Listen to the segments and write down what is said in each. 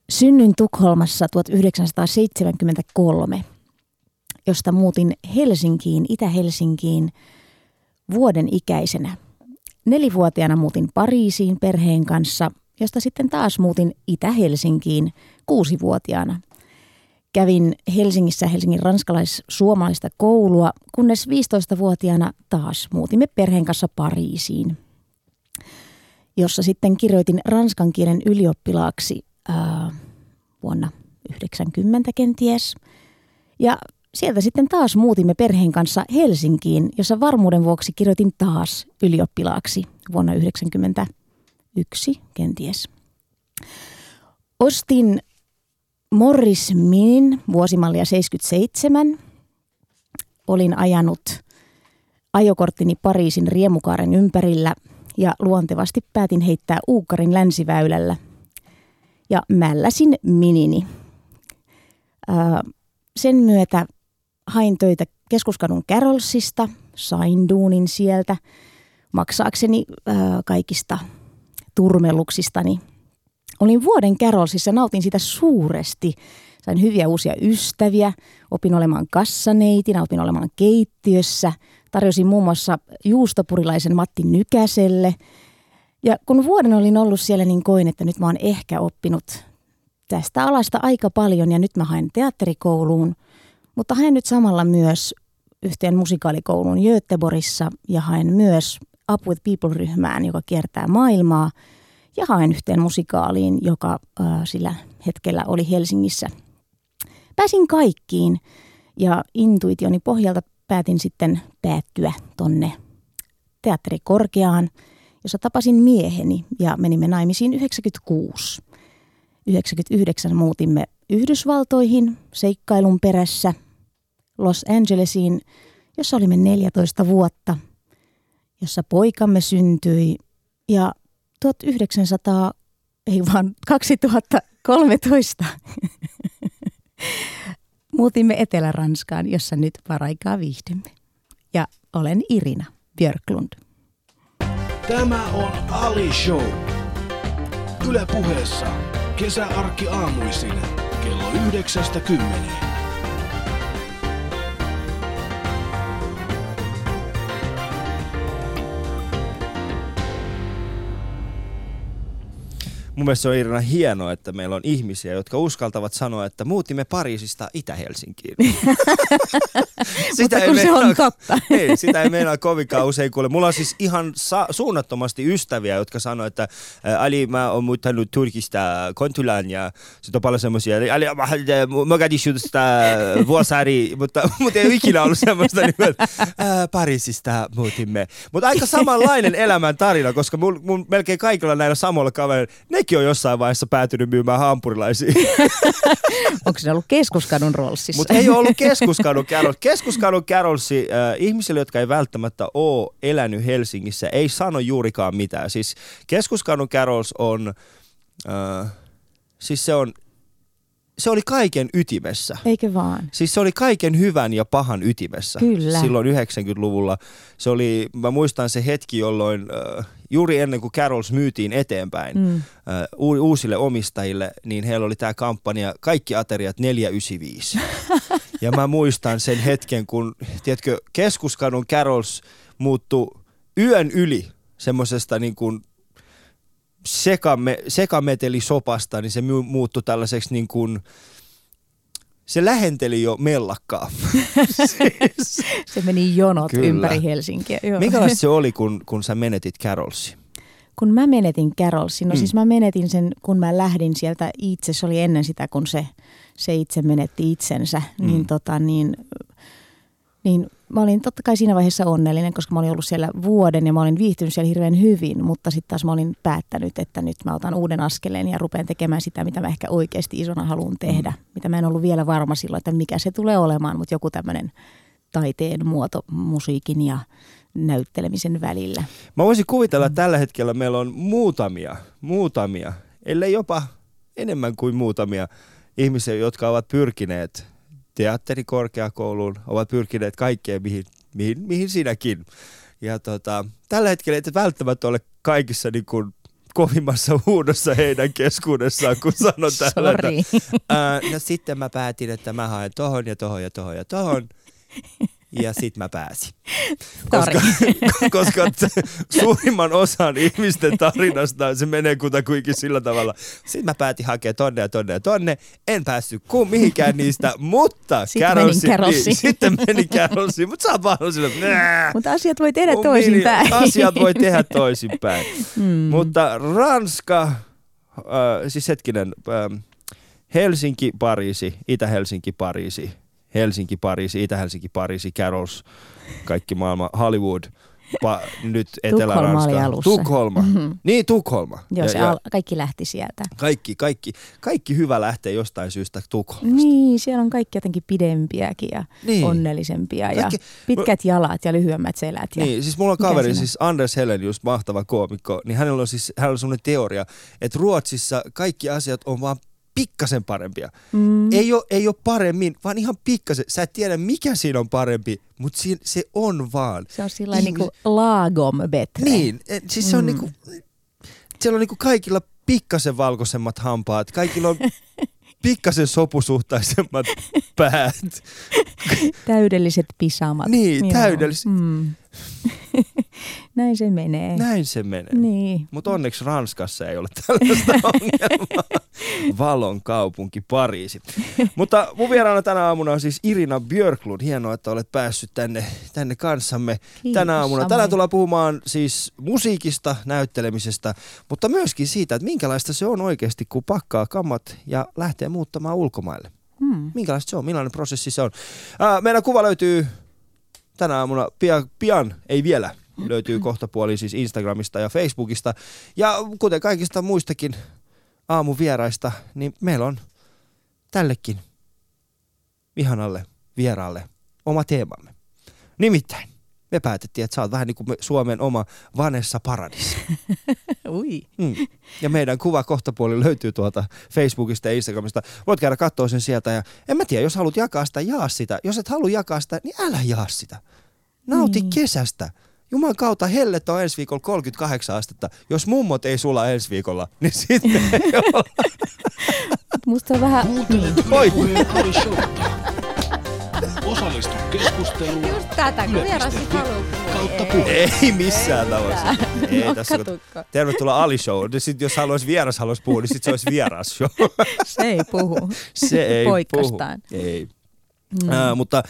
Synnyin Tukholmassa 1973, josta muutin Helsinkiin, Itä-Helsinkiin vuoden ikäisenä. 4-vuotiaana muutin Pariisiin perheen kanssa, josta sitten taas muutin Itä-Helsinkiin 6-vuotiaana. Kävin Helsingissä Helsingin ranskalais-suomalaista koulua, kunnes 15-vuotiaana taas muutimme perheen kanssa Pariisiin, jossa sitten kirjoitin ranskan kielen ylioppilaaksi vuonna 90 kenties. Ja sieltä sitten taas muutimme perheen kanssa Helsinkiin, jossa varmuuden vuoksi kirjoitin taas ylioppilaaksi vuonna 91 kenties. Ostin Morris Minin vuosimallia 77. Olin ajanut ajokorttini Pariisin Riemukaaren ympärillä ja luontevasti päätin heittää Uukkarin länsiväylällä. Ja mälläsin Minini. Sen myötä hain töitä Keskuskadun Carrollsista, sain duunin sieltä maksaakseni kaikista turmelluksistani. Olin vuoden Carrollsissa, nautin sitä suuresti. Sain hyviä uusia ystäviä, opin olemaan kassaneitinä, opin olemaan keittiössä. Tarjosin muun muassa juustopurilaisen Matti Nykäselle. Ja kun vuoden olin ollut siellä, niin koin, että nyt mä oon ehkä oppinut tästä alasta aika paljon ja nyt mä haen teatterikouluun. Mutta haen nyt samalla myös yhteen musikaalikouluun Göteborgissa ja haen myös Up with People-ryhmään, joka kiertää maailmaa. Ja haen yhteen musikaaliin, joka sillä hetkellä oli Helsingissä. Pääsin kaikkiin ja intuitioni pohjalta päätin sitten päättyä tonne teatterikorkeaan, jossa tapasin mieheni ja menimme naimisiin 96. 99 muutimme Yhdysvaltoihin seikkailun perässä Los Angelesiin, jossa olimme 14 vuotta, jossa poikamme syntyi ja 2013 muutimme Etelä-Ranskaan, jossa nyt paraikaa viihdymme. Ja olen Irina Björklund. Tämä on Ali Show. Yle Puheessa kesäarkki aamuisin kello 9–10. Mun mielestä se on Irina hienoa, että meillä on ihmisiä, jotka uskaltavat sanoa, että muutimme Pariisista Itä-Helsinkiin. Mutta kun se on totta. Ei, sitä ei meinaa kovinkaan usein kuule. Mulla on siis ihan suunnattomasti ystäviä, jotka sanoo, että Ali, mä oon muuttanut Turkista Kontulaan ja sit on paljon semmosia, Ali, Mogadishusta Vuosaari, mutta ei ole ikinä ollut semmoista, että Pariisista muutimme. Mutta aika samanlainen elämän tarina, koska mun melkein kaikilla näillä samoilla kavereilla, nekin on jossain vaiheessa päätynyt myymään hampurilaisia. Onko se ollut Keskuskadun Rollsissa? Mutta ei ole ollut Keskuskadun Carrolls. Keskuskadun Carrolls ihmisille, jotka ei välttämättä ole elänyt Helsingissä, ei sano juurikaan mitään. Siis Keskuskadun Carrolls on, siis se oli kaiken ytimessä. Eikö vaan? Siis se oli kaiken hyvän ja pahan ytimessä. Kyllä. Silloin 90-luvulla. Se oli, mä muistan se hetki, jolloin juuri ennen kuin Carrolls myytiin eteenpäin uusille omistajille, niin heillä oli tämä kampanja Kaikki ateriat 495. Ja mä muistan sen hetken, kun tiedätkö, Keskuskadun Carrolls muuttui yön yli semmoisesta niin kuin sekametelisopasta, niin se muuttui tällaiseksi niin kuin, se lähenteli jo mellakkaa. Siis. Se meni jonot kyllä ympäri Helsinkiä. Joo. Minkälaista se oli, kun sä menetit Carrollsin? Kun mä menetin Carrollsin, no siis mä menetin sen, kun mä lähdin sieltä itse, se oli ennen sitä, kun se itse menetti itsensä, niin mä olin totta kai siinä vaiheessa onnellinen, koska mä olin ollut siellä vuoden ja mä olin viihtynyt siellä hirveän hyvin, mutta sitten taas mä olin päättänyt, että nyt mä otan uuden askeleen ja rupean tekemään sitä, mitä mä ehkä oikeasti isona haluan tehdä, mitä mä en ollut vielä varma silloin, että mikä se tulee olemaan, mutta joku tämmöinen taiteen muoto musiikin ja näyttelemisen välillä. Mä voisin kuvitella, että tällä hetkellä meillä on muutamia, ellei jopa enemmän kuin muutamia ihmisiä, jotka ovat pyrkineet teatterikorkeakouluun, ovat pyrkineet kaikkeen, mihin sinäkin. Ja tällä hetkellä et välttämättä ole kaikissa niin kuin kovimmassa huudossa heidän keskuudessaan, kun sanon tällä. No sitten mä päätin, että mä haen tohon ja tohon ja tohon ja tohon. Ja sit mä pääsin. Koska suurimman osan ihmisten tarinasta se menee kutakuinkin sillä tavalla. Sitten mä päätin hakea tonne ja tonne ja tonne. En päässyt mihinkään niistä, mutta sitten menin Carolsiin. Mutta sä oot vaan sillä, mutta asiat voi tehdä toisinpäin. Asiat voi tehdä toisinpäin. Mutta Ranska, siis hetkinen, Helsinki, Pariisi, Itä-Helsinki, Pariisi. Helsinki, Pariisi, Itä-Helsinki, Pariisi, Carols, kaikki maailma, Hollywood, nyt Etelä-Ranska. Tukholma. Niin, Tukholma. Joo, kaikki lähti sieltä. Kaikki hyvä lähtee jostain syystä Tukholmasta. Niin, siellä on kaikki jotenkin pidempiäkin ja onnellisempia ja pitkät jalat ja lyhyemmät selät. Ja niin, siis mulla on kaveri, siis Anders Helenius, mahtava koomikko, niin hänellä on sellainen teoria, että Ruotsissa kaikki asiat on vaan pikkasen parempia. Ei ole paremmin, vaan ihan pikkasen. Sä et tiedä, mikä siinä on parempi, mutta se on vaan. Se on sillain niinku lagom betre. Niin, siis se on niinku, siellä on niinku kaikilla pikkasen valkoisemmat hampaat, kaikilla on pikkasen sopusuhtaisemmat päät. Täydelliset pisamat. Niin, täydelliset. Näin se menee. Näin se menee. Niin. Mutta onneksi Ranskassa ei ole tällaista ongelmaa. Valon kaupunki Pariisi. Mutta mun vieraana tänä aamuna on siis Irina Björklund. Hienoa, että olet päässyt tänne kanssamme tänä aamuna. Tänään tullaan puhumaan siis musiikista, näyttelemisestä, mutta myöskin siitä, että minkälaista se on oikeasti, kun pakkaa kammat ja lähtee muuttamaan ulkomaille. Minkälaista se on? Millainen prosessi se on? Meidän kuva löytyy tänä aamuna pian, ei vielä, löytyy kohtapuoliin siis Instagramista ja Facebookista. Ja kuten kaikista muistakin aamuvieraista, niin meillä on tällekin ihanalle vieraalle oma teemamme. Nimittäin me päätettiin, että sä oot vähän niin kuin Suomen oma Vanessa Paradis. Ui. Ja meidän kuva kohtapuoli löytyy tuolta Facebookista ja Instagramista. Voit käydä katsoa sen sieltä ja en mä tiedä, jos haluat jakaa sitä, jaa sitä. Jos et halua jakaa sitä, niin älä jaa sitä. Nauti kesästä. Jumalan kautta hellet on ensi viikolla 38 astetta. Jos mummot ei sula ensi viikolla, niin sitten ei ole. Musta on vähän... Osallistu keskusteluun. Just tätä, kun vierasit kautta puhe. Ei missään tavalla. Ei tässä. Tervetuloa Ali Show. Sitten jos vieras haluaisi puhua, niin sitten se olisi vieras show. Se ei puhu. Se ei poikastaan. Puhu. Ei. Mutta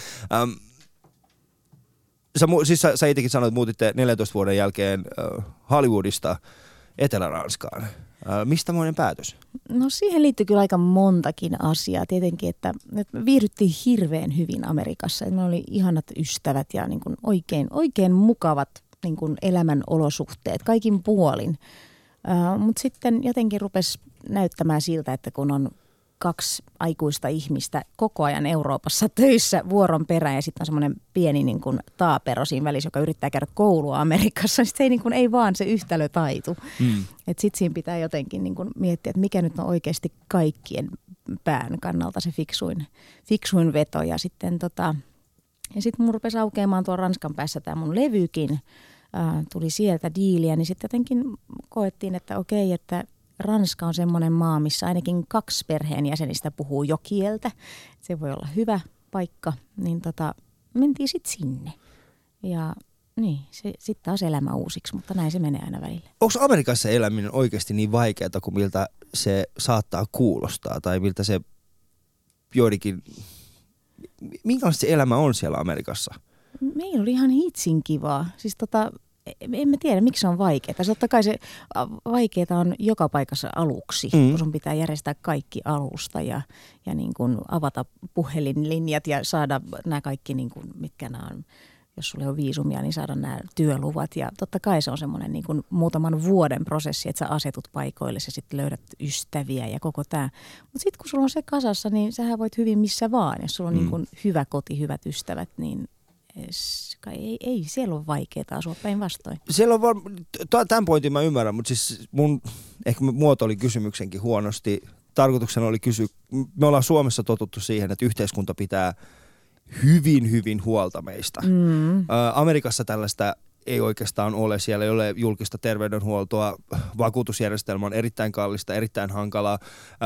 sä itsekin sanoit, että muutitte 14 vuoden jälkeen Hollywoodista Etelä-Ranskaan. Mistä moinen päätös? No siihen liittyy kyllä aika montakin asiaa. Tietenkin, että me viihdyttiin hirveän hyvin Amerikassa. Meillä oli ihanat ystävät ja niin kuin oikein mukavat niin kuin elämän olosuhteet kaikin puolin. Mutta sitten jotenkin rupesi näyttämään siltä, että kun on 2 aikuista ihmistä koko ajan Euroopassa töissä vuoron perään ja sitten on semmoinen pieni niin kuin taapero siinä välissä, joka yrittää käydä koulua Amerikassa, niin se ei, niin kuin, ei vaan se yhtälö taitu. Että sitten siinä pitää jotenkin niin kuin miettiä, että mikä nyt on oikeasti kaikkien pään kannalta se fiksuin veto. Ja sitten mun rupesi aukeamaan tuon Ranskan päässä tämä mun levykin, tuli sieltä diiliä, niin sitten jotenkin koettiin, että okei, että Ranska on semmoinen maa, missä ainakin 2 perheenjäsenistä puhuu jo kieltä. Se voi olla hyvä paikka, niin mentiin sitten sinne. Ja niin, sitten taas elämä uusiksi, mutta näin se menee aina välillä. Onko Amerikassa eläminen oikeasti niin vaikeaa kuin miltä se saattaa kuulostaa? Tai miltä se joidenkin, minkälaista se elämä on siellä Amerikassa? Meillä oli ihan hitsin kivaa. Siis en mä tiedä, miksi se on vaikeaa. Totta kai se vaikeaa on joka paikassa aluksi, kun sun pitää järjestää kaikki alusta ja niin kuin avata puhelinlinjat ja saada nämä kaikki, niin kuin, mitkä nämä on, jos sulla on viisumia, niin saada nämä työluvat. Ja totta kai se on semmoinen niin kuin muutaman vuoden prosessi, että sä asetut paikoille ja sitten löydät ystäviä ja koko tämä. Mutta sitten kun sulla on se kasassa, niin sähän voit hyvin missä vaan. Jos sulla on niin kuin hyvä koti, hyvät ystävät, niin ei siellä ole vaikeaa asua päinvastoin. Siellä on tämän pointin mä ymmärrän, mutta siis ehkä muotoilin kysymyksenkin huonosti. Tarkoituksena oli kysyä, me ollaan Suomessa totuttu siihen, että yhteiskunta pitää hyvin, hyvin huolta meistä. Amerikassa tällaista ei oikeastaan ole. Siellä ei ole julkista terveydenhuoltoa. Vakuutusjärjestelmä on erittäin kallista, erittäin hankalaa.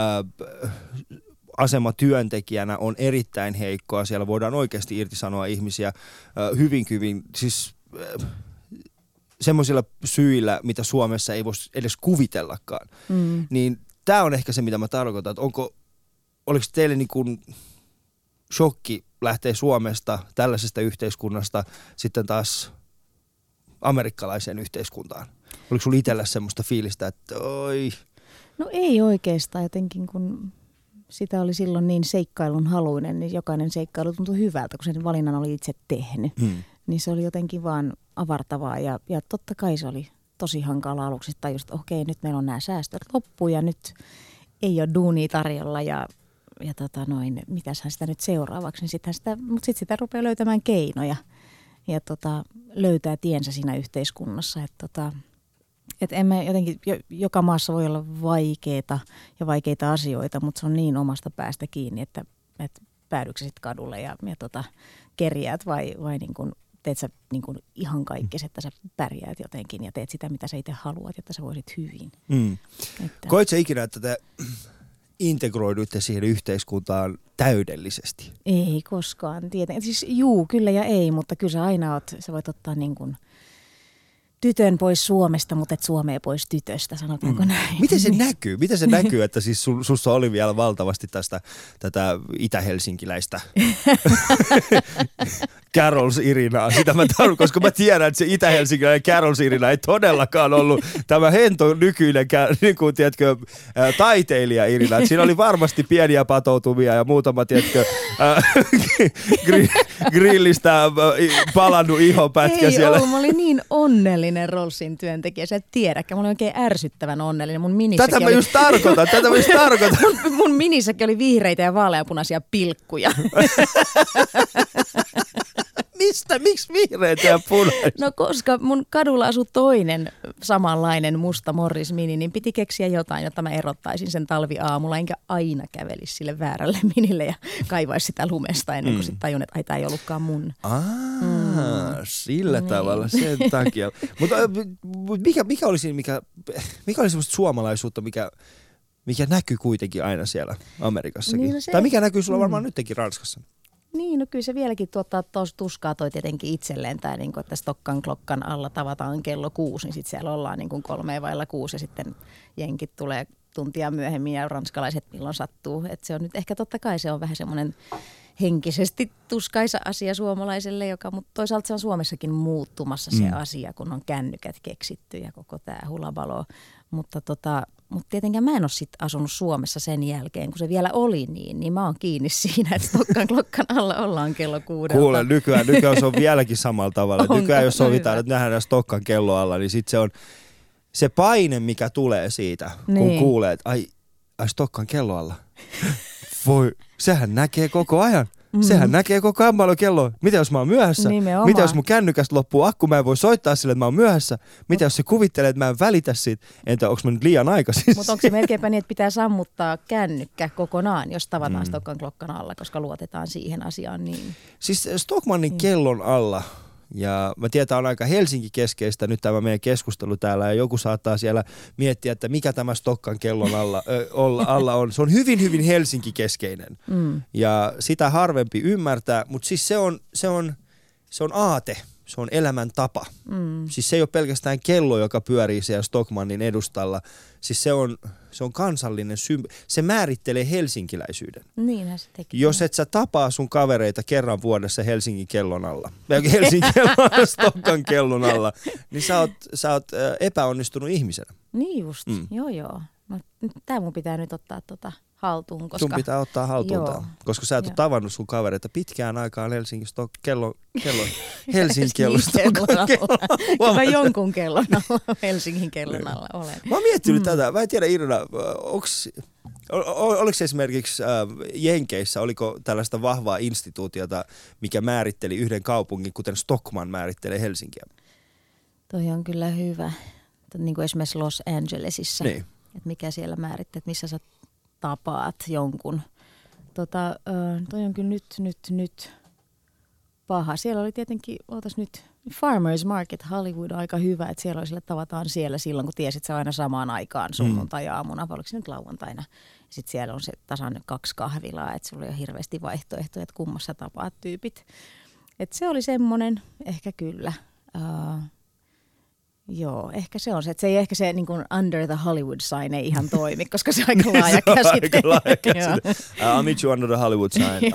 Asema työntekijänä on erittäin heikkoa. Siellä voidaan oikeasti irtisanoa ihmisiä hyvin, siis semmoisilla syillä, mitä Suomessa ei voisi edes kuvitellakaan. Niin tämä on ehkä se, mitä mä tarkoitan, että oliko teille niin kuin shokki lähteä Suomesta, tällaisesta yhteiskunnasta, sitten taas amerikkalaiseen yhteiskuntaan? Oliko sulla itsellä semmoista fiilistä, että oi? No ei oikeastaan, jotenkin kun sitä oli silloin niin seikkailun haluinen, niin jokainen seikkailu tuntui hyvältä, kun sen valinnan oli itse tehnyt. Niin se oli jotenkin vaan avartavaa ja totta kai se oli tosi hankala aluksi, että just okei, nyt meillä on nämä säästöt loppu ja nyt ei ole duunia tarjolla ja mitäshän sitä nyt seuraavaksi, niin mutta sitten sitä rupeaa löytämään keinoja ja löytää tiensä siinä yhteiskunnassa, että en mä jotenkin, joka maassa voi olla vaikeita asioita, mutta se on niin omasta päästä kiinni, että päädytkö sitten kadulle ja kerjäät vai niin kuin, teet sä niin kuin ihan kaikkes, että sä pärjäät jotenkin ja teet sitä, mitä sä itse haluat, jotta sä voisit hyvin. Koit sä ikinä, että te integroiduitte siihen yhteiskuntaan täydellisesti? Ei koskaan, tietenkin. Siis kyllä ja ei, mutta kyllä sä voit ottaa niin kuin tytön pois Suomesta, mutta et Suomea pois tytöstä, sanotaanko näin? Miten se näkyy? Miten se näkyy, että siis sussa oli vielä valtavasti tätä itä-helsinkiläistä Carols Irinaa? Sitä mä tarvitsen, koska mä tiedän, että se itä-helsinkiläinen Carols Irina ei todellakaan ollut tämä hento nykyinen niin kuin, tiedätkö, taiteilija Irina. Että siinä oli varmasti pieniä patoutumia ja muutama, tiedätkö, grillistä palannut ihopätkä siellä. Ei ollut, mä olin niin onnellinen Rollsin työntekijä, sä et tiedäkään. Mä olin oikein ärsyttävän onnellinen. Tätä mä just tarkoitan. Mun minissäkin oli vihreitä ja vaaleanpunaisia pilkkuja. Miksi vihreitä ja punaisia? No koska mun kadulla asui toinen samanlainen musta Morris Mini, niin piti keksiä jotain, jotta mä erottaisin sen talviaamulla, enkä aina kävelisi sille väärälle minille ja kaivaisi sitä lumesta ennen kuin sitten tajun, että ai tää ei ollutkaan mun. Sillä tavalla, sen takia. Mutta mikä oli semmoista suomalaisuutta, mikä näkyy kuitenkin aina siellä Amerikassakin? Niin, tai mikä näkyy sulla varmaan nytkin Ranskassa? Niin, no kyllä se vieläkin tuottaa tuskaa toi tietenkin itselleen, tai niin kuin, että Stokkan klokkan alla tavataan kello 6, niin sitten siellä ollaan niin kuin 3:05 ja sitten jenkit tulee tuntia myöhemmin ja ranskalaiset milloin sattuu. Että se on nyt ehkä totta kai se on vähän semmoinen henkisesti tuskaisa asia suomalaiselle, mutta toisaalta se on Suomessakin muuttumassa se asia, kun on kännykät keksitty ja koko tämä hulabalo. Mutta tietenkään mä en ole sitten asunut Suomessa sen jälkeen, kun se vielä oli niin mä oon kiinni siinä, että Stokkan klokkan alla ollaan kello 6. Kuule, nykyään se on vieläkin samalla tavalla. Nykyään jos sovitaan, että nähdään Stokkan kello alla, niin sitten se on se paine, mikä tulee siitä, kun kuulee, että ai Stokkan kello alla. Voi, sehän näkee koko ajan. Sehän näkee koko ajan paljon kelloa. Mitä jos mä oon myöhässä? Nimenomaan. Mitä jos mun kännykästä loppuu akku? Mä en voi soittaa sille, että mä oon myöhässä. Mitä jos se kuvittelee, että mä en välitä siitä? Entä onko mä nyt liian aikaisin? Mutta onko se melkeinpä niin, että pitää sammuttaa kännykkä kokonaan, jos tavataan Stokkan klokkan alla, koska luotetaan siihen asiaan niin? Siis Stockmannin kellon alla. Ja mä tiedän, on aika Helsinki-keskeistä nyt tämä meidän keskustelu täällä ja joku saattaa siellä miettiä, että mikä tämä Stokkan kellon alla on. Se on hyvin, hyvin Helsinki-keskeinen ja sitä harvempi ymmärtää, mutta siis se on aate, se on elämäntapa. Siis se ei ole pelkästään kello, joka pyörii siellä Stockmannin edustalla. Siis se on kansallinen se määrittelee helsinkiläisyyden. Niinhän se tekee. Jos et sä tapaa sun kavereita kerran vuodessa Helsingin kellon alla, Helsingin kellon Stokkan kellon alla, niin sä oot epäonnistunut ihmisenä. Niin just, joo. Tää mun pitää nyt ottaa haltuun, koska... Sun pitää ottaa haltuun tää, koska sä et ole tavannut sun kavereita pitkään aikaan Helsingin kellon Stokkan kellon. Mä jonkun kellon alla, Helsingin kellon alla olen. Mä oon miettinyt tätä. Mä en tiedä, Irina, oliko esimerkiksi Jenkeissä, oliko tällaista vahvaa instituutiota, mikä määritteli yhden kaupungin, kuten Stockman määrittelee Helsinkiä? Toi on kyllä hyvä. Niin kuin esimerkiksi Los Angelesissa, niin. Että mikä siellä määrittää, että missä sä tapaat jonkun. Toi on kyllä nyt paha. Siellä oli tietenkin, ootas nyt, Farmers Market Hollywood aika hyvä, että siellä oli sille tavataan siellä silloin, kun tiesit sä aina samaan aikaan sunnuntai-aamuna, vai oliko se nyt lauantaina. Sitten siellä on se tasan 2 kahvilaa, että sulla ei ole hirveästi vaihtoehtoja, että kummassa tapaat tyypit. Että se oli semmoinen, ehkä kyllä. Joo, ehkä se on se, että se ei ehkä se niin kuin under the Hollywood sign ei ihan toimi, koska se on aika laaja käsite. Aika laaja käsite. I'll meet you under the Hollywood sign.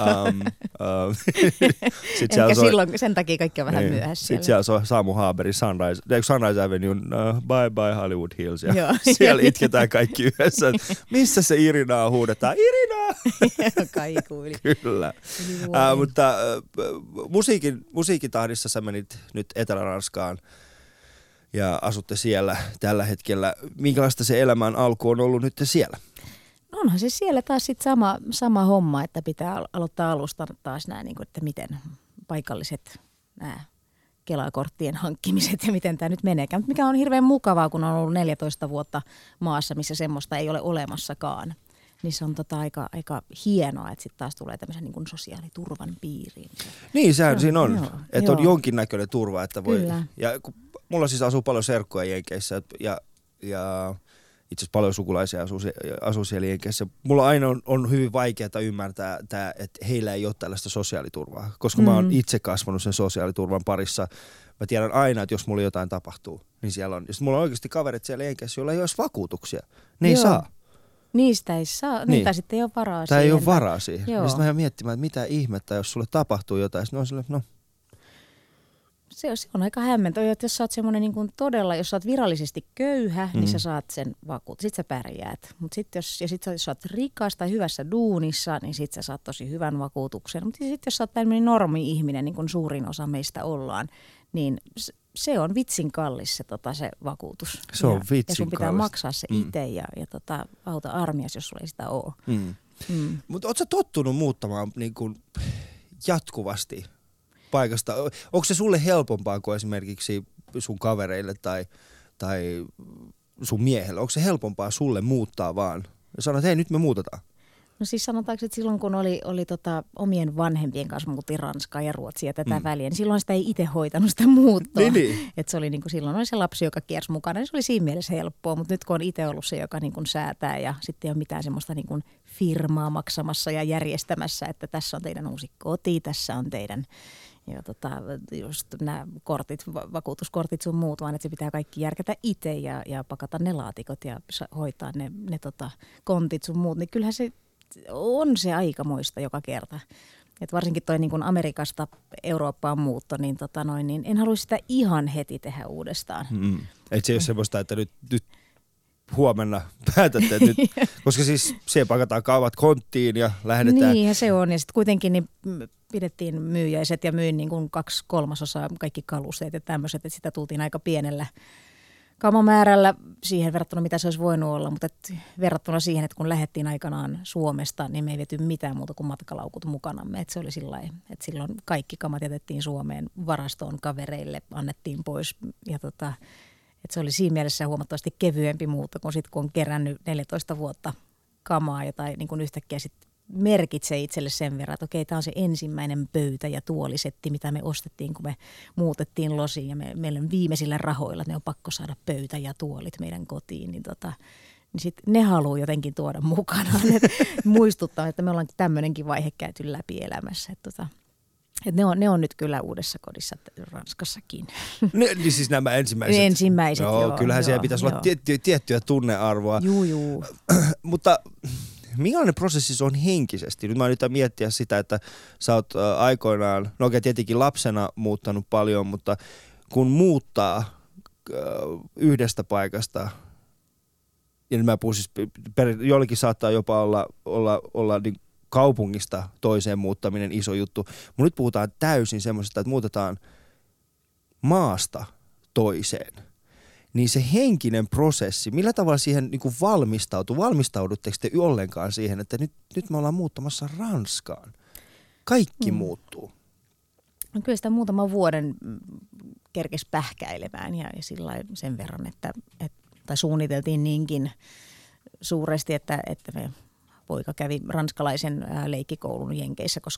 Ehkä silloin, sen takia kaikki on vähän myöhässä. Sitten siellä on Samu Haaberin Sunrise Avenue, Bye Bye Hollywood Hills. Ja siellä itketään kaikki yhdessä. Missä se Irinaa huudetaan? Irina! Kaikuili. Kyllä. Mutta musiikitahdissa sä menit nyt Etelä-Ranskaan. Ja asutte siellä tällä hetkellä. Minkälaista se elämän alku on ollut nyt siellä? No onhan se siellä taas sit sama homma, että pitää aloittaa alusta taas nämä, että miten paikalliset nämä Kela-korttien hankkimiset ja miten tämä nyt meneekään. Mikä on hirveän mukavaa, kun on ollut 14 vuotta maassa, missä semmoista ei ole olemassakaan. Niin se on aika hienoa, että sitten taas tulee tämmöisen niin kuin sosiaaliturvan piiriin. Niin, sehän siinä on. Että on jonkinnäköinen turva, että voi. Kyllä. Ja mulla siis asuu paljon serkkuja Jenkeissä ja itse asiassa paljon sukulaisia asuu siellä Jenkeissä. Mulla aina on hyvin vaikeaa ymmärtää, että heillä ei ole tällaista sosiaaliturvaa, koska mä oon itse kasvanut sen sosiaaliturvan parissa. Mä tiedän aina, että jos mulla jotain tapahtuu, niin siellä on. Ja sitten mulla on oikeasti kaverit siellä Jenkeissä, joilla ei olisi vakuutuksia. Ne ei saa. Niistä ei saa, niin. Tai sitten ei ole varaa siihen. Tai ei ole varaa siihen. Ja sitten mä jään miettimään, että mitä ihmettä, jos sulle tapahtuu jotain. Sitten on silleen, Se on aika hämmentävää, että jos sä oot semmoinen niin kuin todella, jos sä oot virallisesti köyhä, niin sä saat sen vakuut. Sitten sä pärjäät. Mutta sitten jos sä oot rikas tai hyvässä duunissa, niin sitten sä saat tosi hyvän vakuutuksen. Mutta sitten jos sä oot tämmöinen normi-ihminen, niin kuin suurin osa meistä ollaan, niin se on vitsin kallis se vakuutus. Se on vitsin kallis. Ja sun pitää maksaa se itse ja auta armias, jos sulla ei sitä ole. Mutta ootko sä tottunut muuttamaan niin kuin jatkuvasti paikasta? Onko se sulle helpompaa kuin esimerkiksi sun kavereille tai sun miehelle? Onko se helpompaa sulle muuttaa vaan? Ja sanoit, että hei, nyt me muutetaan. No siis sanotaanko, että silloin kun oli omien vanhempien kanssa muutin Ranskaa ja Ruotsia tätä väliä, niin silloin sitä ei itse hoitanut sitä muuttoa. Niin. Että se oli silloin oli se lapsi, joka kiersi mukana, niin se oli siinä mielessä helppoa. Mutta nyt kun on itse ollut se, joka säätää ja sitten ei ole mitään semmoista firmaa maksamassa ja järjestämässä, että tässä on teidän uusi koti, tässä on teidän ja just nämä kortit, vakuutuskortit sun muut, vaan että se pitää kaikki järkätä itse ja pakata ne laatikot ja hoitaa ne kontit sun muut, niin kyllähän se on se aikamoista joka kerta. Et varsinkin toi niin kun Amerikasta Eurooppaan muutto, niin en halua sitä ihan heti tehdä uudestaan. Et se ei ole semmoista, että nyt huomenna päätätte, että nyt, koska siis siellä pakataan kaupat konttiin ja lähdetään. Niinhän se on, ja sitten kuitenkin niin pidettiin myyjäiset ja myin niin kuin 2/3 kaikki kalusteet ja tämmöiset, että sitä tultiin aika pienellä kamamäärällä siihen verrattuna, mitä se olisi voinut olla, mutta verrattuna siihen, että kun lähdettiin aikanaan Suomesta, niin me ei vety mitään muuta kuin matkalaukut mukanamme. Että se oli sillain, että silloin kaikki kamat jätettiin Suomeen varastoon kavereille, annettiin pois ja että se oli siinä mielessä huomattavasti kevyempi muuta kuin sitten kun on kerännyt 14 vuotta kamaa, jota niin kuin yhtäkkiä sitten merkitsee itselle sen verran, että okei, tämä on se ensimmäinen pöytä ja tuolisetti, mitä me ostettiin, kun me muutettiin losiin ja meillä on viimeisillä rahoilla, että ne on pakko saada pöytä ja tuolit meidän kotiin, niin sitten ne haluaa jotenkin tuoda mukanaan, muistuttaa, että me ollaan tämmöinenkin vaihe käyty läpi elämässä, että ne on nyt kyllä uudessa kodissa Ranskassakin. Niin siis nämä ensimmäiset? Ensimmäiset, joo. Kyllähän siellä pitäisi olla tiettyä tunnearvoa. Juu. Mutta millainen prosessi se on henkisesti? Nyt mä yritän miettiä sitä, että sä oot aikoinaan, no okei, tietenkin lapsena muuttanut paljon, mutta kun muuttaa yhdestä paikasta, ja nyt mä puhun siis, jollekin saattaa jopa olla niin kaupungista toiseen muuttaminen iso juttu, mutta nyt puhutaan täysin semmoisesta, että muutetaan maasta toiseen. Niin se henkinen prosessi, millä tavalla siihen niin kuin valmistaudutteko te ollenkaan siihen, että nyt me ollaan muuttamassa Ranskaan? Kaikki muuttuu. No kyllä sitä muutaman vuoden kerkesi pähkäilemään ja sen verran, että suunniteltiin niinkin suuresti, että me poika kävi ranskalaisen leikkikoulun Jenkeissä, koska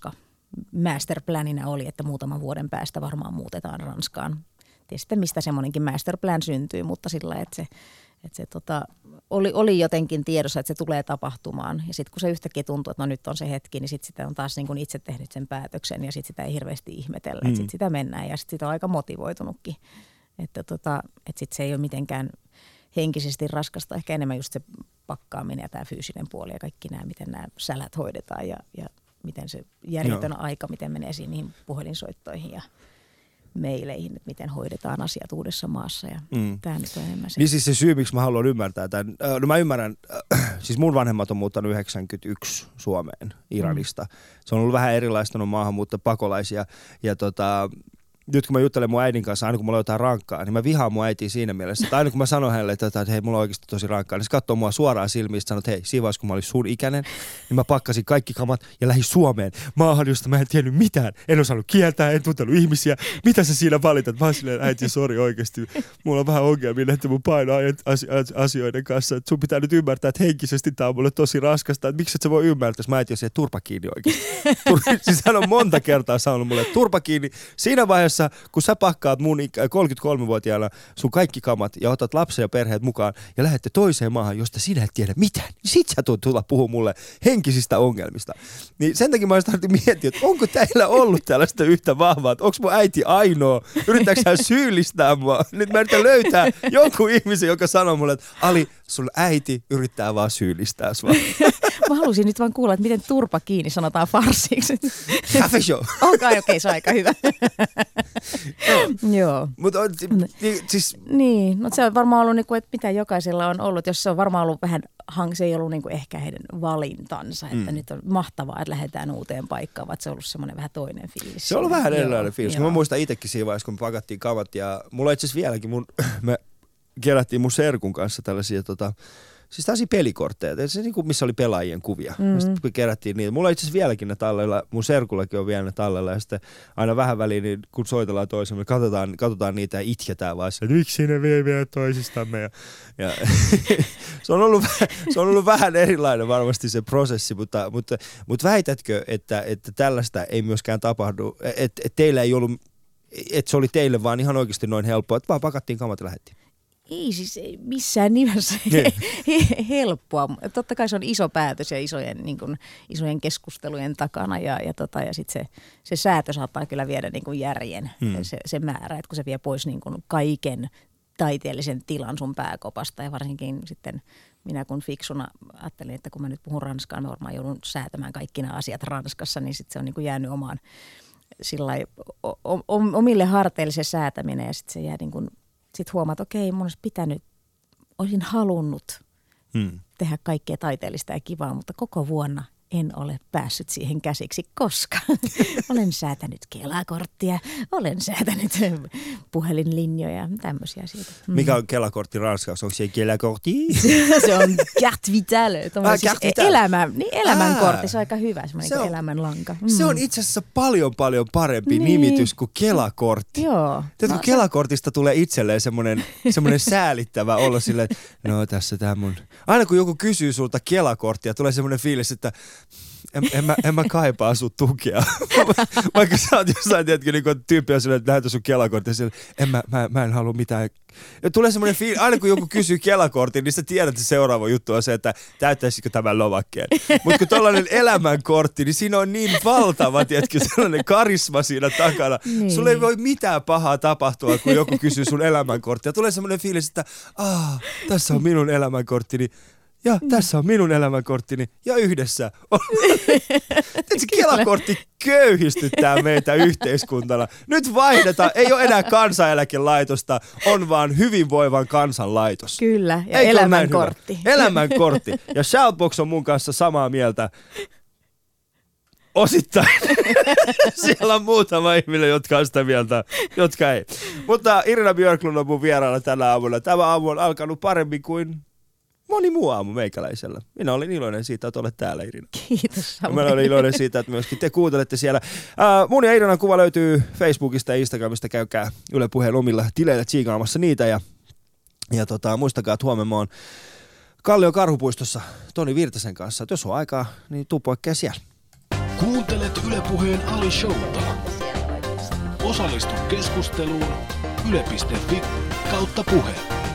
masterplanina oli, että muutaman vuoden päästä varmaan muutetaan Ranskaan. Tiedä sitten, mistä semmoinenkin masterplan syntyy, mutta sillä että se oli jotenkin tiedossa, että se tulee tapahtumaan. Ja sitten kun se yhtäkkiä tuntuu, että no nyt on se hetki, niin sitten sitä on taas niin kuin itse tehnyt sen päätöksen ja sitten sitä ei hirveästi ihmetellä. Että sitten sitä mennään ja sitten sitä on aika motivoitunutkin. Että sitten se ei ole mitenkään henkisesti raskasta, ehkä enemmän just se pakkaaminen ja tämä fyysinen puoli ja kaikki nämä, miten nämä sälät hoidetaan ja miten se järjetön aika, miten menee siinä niihin puhelinsoittoihin ja meileihin, että miten hoidetaan asiat uudessa maassa ja tämä nyt on enemmän se. Niin siis se syy, miksi mä haluan ymmärtää tämän, no mä ymmärrän, siis mun vanhemmat on muuttanut 91 Suomeen Iranista. Se on ollut vähän erilaista, on maahanmuuttopakolaisia ja nyt kun mä juttelen mun äidin kanssa, aina kun mulla on jotain rankkaa, niin mä vihaan mun äitiä siinä mielessä, että aina kun mä sanon hänelle, että hei, mulla on oikeasti tosi rankkaa, niin se katsoo mua suoraan silmiin ja sanoo, että hei, siinä vaiheessa kun mä olin sun ikäinen, niin mä pakkasin kaikki kamat ja lähdin Suomeen, maahan, josta mä en tiennyt mitään, en osannut kieltää, en tuntenut ihmisiä, mitä sä siinä valitat? Mä oon silleen, äiti, sori oikeasti, mulla on vähän ongelmia näiden mun painoasioiden kanssa, että sun pitää nyt ymmärtää, että henkisesti tää on mulle tosi raskasta, että miksi et sä voi ymmärtää, jos mä äiti on siihen turpa kiinni oikeasti. Siis hän on monta kertaa sanonut mulle, että turpa kiinni, siinä vaiheessa kun sä pakkaat mun 33-vuotiaana sun kaikki kamat ja otat lapsen ja perheet mukaan ja lähdette toiseen maahan, josta sinä et tiedä mitään, niin sit sä tulla puhua mulle henkisistä ongelmista. Niin sen takia mä startin miettiä, että onko teillä ollut tällaista yhtä vahvaa, että onko mun äiti ainoa, yrittääkö hän syyllistää mua? Nyt mä yritän löytää jonkun ihmisen, joka sanoo mulle, että Ali, sun äiti yrittää vaan syyllistää sua. Mä halusin nyt vaan kuulla, että miten turpa kiinni sanotaan farsiksi. Cafe show. Okei, se on aika hyvä. Joo. Mutta siis... Niin, no se on varmaan ollut, että mitä jokaisella on ollut, jos se on varmaan ollut vähän, se ei ollut ehkä heidän valintansa, että nyt on mahtavaa, että lähdetään uuteen paikkaan, vaan se on ollut semmoinen vähän toinen fiilis. Se on ollut vähän erilainen fiilis. Mä muistan itsekin siinä vaiheessa, kun me pakattiin kamat ja mulla itse asiassa vieläkin, me kerättiin mun serkun kanssa tällaisia siis tällaisia pelikortteja, se niin kuin missä oli pelaajien kuvia. Sitten kerättiin niitä. Mulla itse asiassa vieläkin ne tallella, mun serkullakin on vielä ne tallella ja sitten aina vähän väliin, niin kun soitellaan toisemme, katsotaan niitä ja itketään vaan se, miksi ne vie toisistamme. Ja se on ollut vähän erilainen varmasti se prosessi, mutta väitätkö, että tällaista ei myöskään tapahdu, että teillä ei ollut, että se oli teille vaan ihan oikeasti noin helppoa, että vaan pakattiin kamat ja lähdettiin? Ei siis missään nimessä helppoa. Totta kai se on iso päätös ja isojen keskustelujen takana ja sitten se säätö saattaa kyllä viedä niin kuin järjen se määrä, että kun se vie pois niin kuin kaiken taiteellisen tilan sun pääkopasta ja varsinkin sitten minä kun fiksuna ajattelin, että kun mä nyt puhun ranskaa, mä varmaan joudun säätämään kaikki nämä asiat Ranskassa, niin sitten se on niin kuin jäänyt omaan omille harteille se säätäminen ja sitten se jää niin kuin sitten huomaat, että okei, mun olisi olisin halunnut tehdä kaikkea taiteellista ja kivaa, mutta koko vuonna en ole päässyt siihen käsiksi, koska olen säätänyt Kela-korttia, olen säätänyt puhelinlinjoja, tämmöisiä asioita. Mikä on Kela-kortti ranskaksi? Onko se Kela-kortti? Se on carte vitale. Elämänkortti, se on aika hyvä, semmoinen elämänlanka. Se on itse asiassa paljon parempi nimitys kuin Kela-kortti. Joo. Kun Kela-kortista tulee itselleen semmoinen säälittävä olla silleen, että no tässä tää mun. Aina kun joku kysyy sulta Kela-korttia, tulee semmoinen fiilis, että en mä kaipaa sun tukea. Vaikka sä oot jossain, tiedätkö, niin kun tyyppi on silleen, että lähetä sun Kela-korttia, mä en halua mitään. Ja tulee semmoinen fiilis, aina kun joku kysyy Kela-kortin, niin sä tiedät, että seuraava juttu on se, että täyttäisikö tämän lomakkeen. Mutta kun tollainen elämänkortti, niin siinä on niin valtava, tiedätkö, sellainen karisma siinä takana. Niin. Sulle ei voi mitään pahaa tapahtua, kun joku kysyy sun elämänkorttia. Tulee semmoinen fiilis, että tässä on minun elämänkorttini. Ja tässä on minun elämänkorttini ja yhdessä. Se Kela-kortti köyhistyttää meitä yhteiskuntana. Nyt vaihdetaan, ei ole enää kansaneläkelaitosta, on vaan hyvinvoivan kansanlaitos. Kyllä, ja elämänkortti. Elämänkortti. Ja Shoutbox on mun kanssa samaa mieltä. Osittain. Siellä on muutama ihminen, jotka on sitä mieltä, jotka ei. Mutta Irina Björklund on mun vieraana tänä aamuna. Tämä aamu on alkanut paremmin kuin moni muu aamu meikäläisellä. Minä olin iloinen siitä, että olet täällä, Irina. Kiitos. Minä olin iloinen siitä, että myöskin te kuuntelette siellä. Mun ja Irinan kuva löytyy Facebookista ja Instagramista. Käykää Yle Puheen omilla tileillä tsiikaamassa niitä. Ja muistakaa, että huomenna on Kallion Karhupuistossa Toni Virtasen kanssa. Että jos on aikaa, niin tuu poikkea siellä. Kuuntelet Yle Puheen Ali Showta. Osallistu keskusteluun yle.fi/puhe.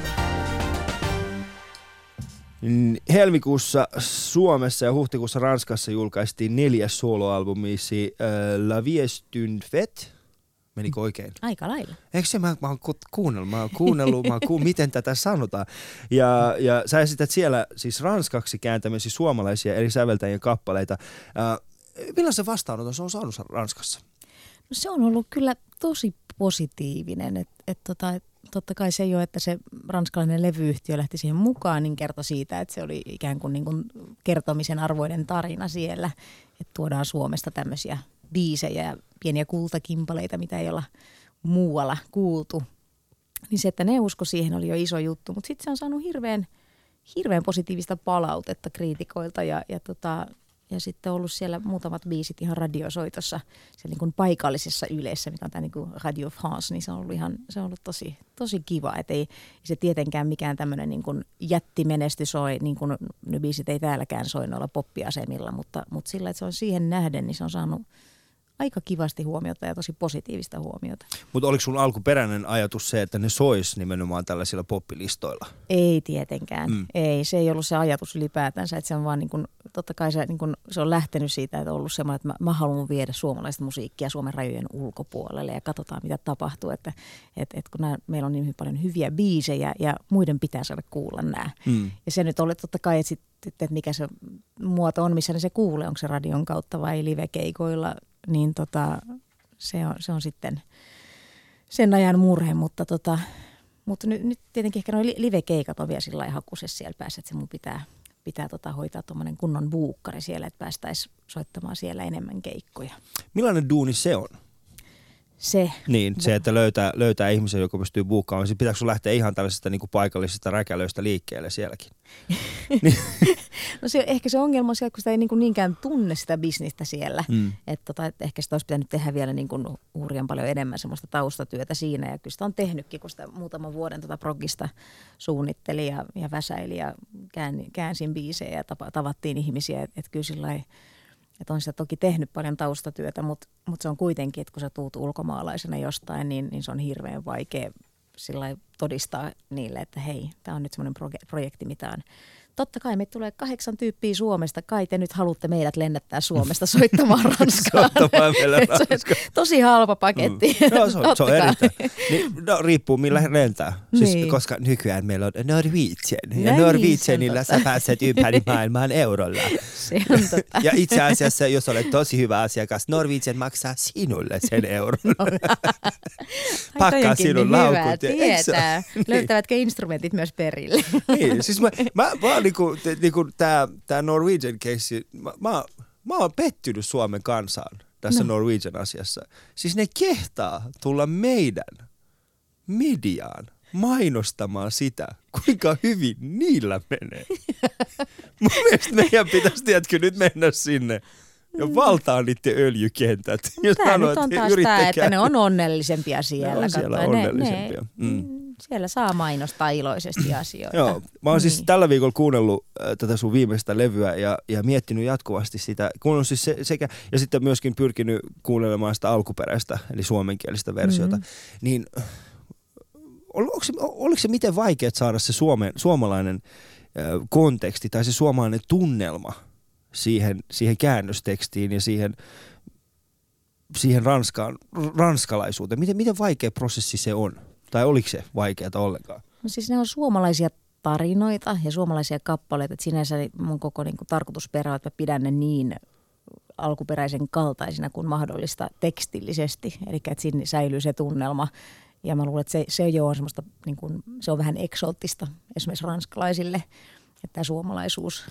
Helmikuussa Suomessa ja huhtikuussa Ranskassa julkaistiin 4. soloalbumisi La Vie est une fête. Menikö oikein? Aika lailla. Eikö se? Mä oon kuunnellut, miten tätä sanotaan. Ja sä esität siellä siis ranskaksi kääntämäsi suomalaisia eri säveltäjien kappaleita. Millaisen vastaanoton se on saanut Ranskassa? No se on ollut kyllä tosi positiivinen. Totta kai se jo, että se ranskalainen levyyhtiö lähti siihen mukaan, niin kertoi siitä, että se oli ikään kuin, kertomisen arvoinen tarina siellä. Että tuodaan Suomesta tämmöisiä biisejä ja pieniä kultakimpaleita, mitä ei olla muualla kuultu. Niin se, että ne usko siihen, oli jo iso juttu. Mutta sitten se on saanut hirveän positiivista palautetta kriitikoilta ja sitten on ollut siellä muutamat biisit ihan radiosoitossa siellä niin kuin paikallisessa Ylessä, mikä on tämä niin kuin Radio France, niin se on ollut tosi kiva. Että ei se tietenkään mikään tämmöinen niin kuin jättimenestys soi, niin kuin ne biisit ei täälläkään soi noilla poppiasemilla, mutta sillä, että se on siihen nähden, niin se on saanut aika kivasti huomiota ja tosi positiivista huomiota. Mutta oliko sun alkuperäinen ajatus se, että ne sois nimenomaan tällaisilla poppilistoilla? Ei tietenkään. Ei, se ei ollut se ajatus ylipäätänsä, että se on vaan niin kuin, totta kai se, niin kuin, se on lähtenyt siitä, että on ollut semmoinen, että mä haluan viedä suomalaista musiikkia Suomen rajojen ulkopuolelle ja katsotaan mitä tapahtuu, että kun meillä on niin paljon hyviä biisejä ja muiden pitää saada kuulla nämä. Ja se nyt oli totta kai, että mikä se muoto on, missä ne se kuulee, onko se radion kautta vai livekeikoilla, niin se on sitten sen ajan murhe, mutta nyt tietenkin ehkä nuo livekeikat on vielä sillä lailla hakusessa siellä päässä, että se mun pitää hoitaa tuommoinen kunnon buukkari siellä, että päästäisiin soittamaan siellä enemmän keikkoja. Millainen duuni se on? Se, että löytää ihmisen, joka pystyy buukkaamaan. Siis pitääkö sun lähteä ihan tällaisista niin kuin paikallisista räkälöistä liikkeelle sielläkin? No ehkä se ongelma on siellä, kun sitä ei niinkään tunne sitä bisnistä siellä. Että ehkä sitä olisi pitänyt tehdä vielä niin kuin hurjan paljon enemmän semmoista taustatyötä siinä. Ja kyllä sitä on tehnytkin, kun sitä muutaman vuoden progista suunnitteli ja väsäili ja käänsin biisejä ja tavattiin ihmisiä. Että kyllä sillä että on sitä toki tehnyt paljon taustatyötä, mutta se on kuitenkin, että kun sä tuut ulkomaalaisena jostain, niin se on hirveän vaikea sillä todistaa niille, että hei, tämä on nyt semmoinen projekti, mitä on. Totta kai meitä tulee 8 tyyppiä Suomesta. Kai te nyt haluatte meidät lennättää Suomesta soittamaan Ranskaan. Tosi halpa paketti. Se on erittäin. Riippuu millä lentää. Siis, koska nykyään meillä on Norwegian. Ja Norwegianilla sä pääset ympäri maailmaan eurolla. Se on totta. Ja itse asiassa, jos olet tosi hyvä asiakas, Norwegian maksaa sinulle sen euron. Pakkaa sinun laukut. Tietää. Löytävätkö instrumentit myös perille? Niin, siis mä tää Norwegian case, mä oon pettynyt Suomen kansaan tässä Norwegian asiassa. Siis ne kehtaa tulla meidän mediaan mainostamaan sitä, kuinka hyvin niillä menee. Mun mielestä meidän pitäisi nyt mennä sinne ja valtaa niiden öljykentät. Tämä nyt on taas tämä, että ne on onnellisempia siellä. Ne on siellä onnellisempia. Siellä saa mainostaa iloisesti asioita. Joo, mä oon siis tällä viikolla kuunnellut tätä sun viimeistä levyä ja miettinyt jatkuvasti sitä. Kuunnellut siis sekä, ja sitten myöskin pyrkinyt kuunnelemaan sitä alkuperäistä, eli suomenkielistä versiota. Niin oliko se miten vaikea saada se suomalainen konteksti tai se suomalainen tunnelma siihen käännöstekstiin ja siihen ranskalaisuuteen? Miten vaikea prosessi se on? Tai oliko se vaikeaa ollenkaan? No siis ne on suomalaisia tarinoita ja suomalaisia kappaleita. Että sinänsä mun koko tarkoitusperä on, että mä pidän ne niin alkuperäisen kaltaisina kuin mahdollista tekstillisesti. Eli että siinä säilyy se tunnelma. Ja mä luulen, että se jo on semmoista, se on vähän eksoottista esimerkiksi ranskalaisille, että tämä suomalaisuus.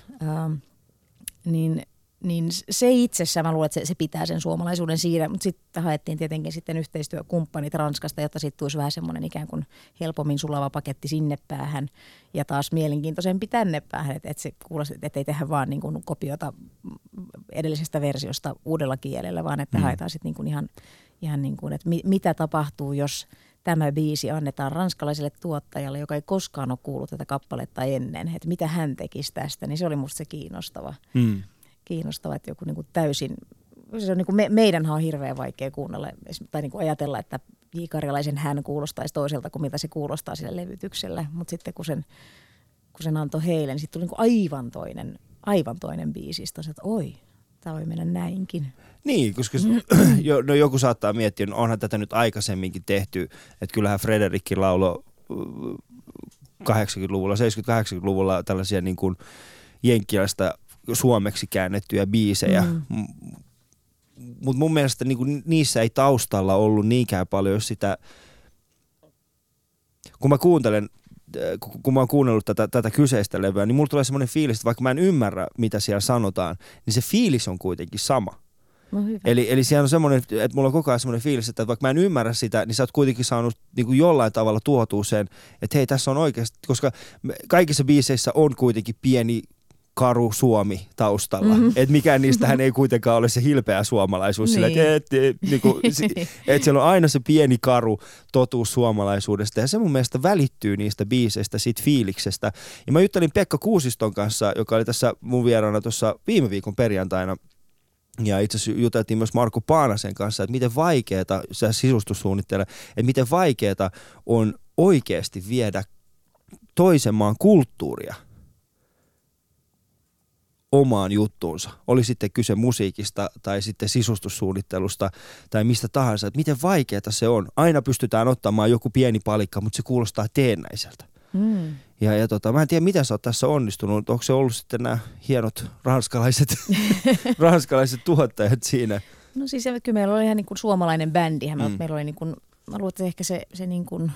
Niin se itsessään, mä luulen, että se pitää sen suomalaisuuden siinä, mutta sitten haettiin tietenkin sitten yhteistyökumppanit Ranskasta, jotta sitten tulisi vähän semmoinen ikään kuin helpommin sulava paketti sinne päähän ja taas mielenkiintoisempi tänne päähän, että se kuulosti, että ei tehdä vaan niin kuin kopiota edellisestä versiosta uudella kielellä, vaan että haetaan sitten niin kuin ihan niin kuin, että mitä tapahtuu, jos tämä biisi annetaan ranskalaiselle tuottajalle, joka ei koskaan ole kuullut tätä kappaletta ennen, että mitä hän tekisi tästä, niin se oli musta se kiinnostava, että joku niin kuin täysin se on niin kuin meidänhän on hirveän vaikea kuunnella tai niin kuin ajatella, että J. Karjalaisen hän kuulostaisi toiselta kuin mitä se kuulostaa sillä levytyksellä. Mutta sitten kun sen antoi heille, niin sitten tuli niin kuin aivan toinen biisi. Sitten että oi, tämä voi mennä näinkin. Niin, koska joku saattaa miettiä, no onhan tätä nyt aikaisemminkin tehty, että kyllähän Frederikki lauloi 80-luvulla, 70-80-luvulla tällaisia niin kuin jenkkiläistä suomeksi käännettyjä biisejä. Mutta mun mielestä niin kuin niissä ei taustalla ollut niinkään paljon sitä, kun mä oon kuunnellut tätä kyseistä levyä, niin mulla tulee semmoinen fiilis, että vaikka mä en ymmärrä, mitä siellä sanotaan, niin se fiilis on kuitenkin sama. No hyvä. Eli siellä on semmoinen, että mulla on koko ajan semmoinen fiilis, että vaikka mä en ymmärrä sitä, niin sä oot kuitenkin saanut niin kuin jollain tavalla tuotua sen, että hei, tässä on oikeasti, koska kaikissa biiseissä on kuitenkin pieni karu Suomi taustalla. Että mikään niistähän ei kuitenkaan ole se hilpeä suomalaisuus. Sillä, että siellä on aina se pieni karu totuus suomalaisuudesta. Ja se mun mielestä välittyy niistä biiseistä, siitä fiiliksestä. Ja mä juttelin Pekka Kuusiston kanssa, joka oli tässä mun vieraana tuossa viime viikon perjantaina. Ja itse asiassa juteltiin myös Markku Paanasen kanssa, että miten vaikeeta, se sisustussuunnittelee, että miten vaikeeta on oikeasti viedä toisen maan kulttuuria omaan juttuunsa. Oli sitten kyse musiikista tai sitten sisustussuunnittelusta tai mistä tahansa. Että miten vaikeaa se on. Aina pystytään ottamaan joku pieni palikka, mutta se kuulostaa teennäiseltä. Ja mä en tiedä, miten sä oot tässä onnistunut. Onko se ollut sitten nämä hienot ranskalaiset tuottajat siinä? No siis kyllä meillä oli ihan niin kuin suomalainen bändi. Meillä oli niin kuin, mä luulen, että ehkä se niin kuin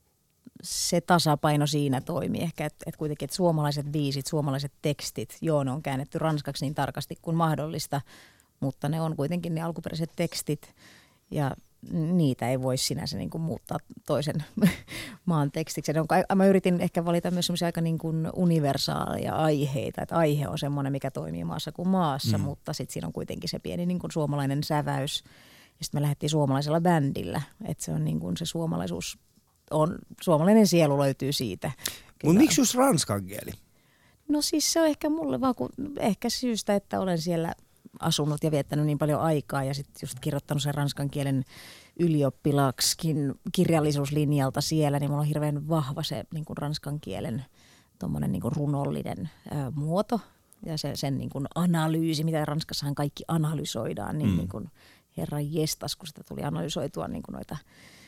se tasapaino siinä toimii ehkä, että kuitenkin että suomalaiset biisit, suomalaiset tekstit, joo ne on käännetty ranskaksi niin tarkasti kuin mahdollista, mutta ne on kuitenkin ne alkuperäiset tekstit ja niitä ei voi sinänsä niin kuin muuttaa toisen maan tekstiksi. Mä yritin ehkä valita myös semmoisia aika niin kuin universaaleja aiheita, että aihe on semmoinen, mikä toimii maassa kuin maassa, mutta sitten siinä on kuitenkin se pieni niin kuin suomalainen säväys ja sitten me lähdettiin suomalaisella bändillä, että se on niin kuin se suomalaisuus suomalainen sielu löytyy siitä. Mutta miksi just ranskan kieli? No siis se on ehkä mulle vaan ehkä syystä, että olen siellä asunut ja viettänyt niin paljon aikaa ja sitten just kirjoittanut sen ranskan kielen ylioppilaaksikin kirjallisuuslinjalta siellä, niin mulla on hirveän vahva se niin kuin ranskan kielen tommonen niin kuin runollinen muoto ja sen niin kuin analyysi, mitä Ranskassahan kaikki analysoidaan, niin kuin herran jestas, kun sitä tuli analysoitua niin kuin noita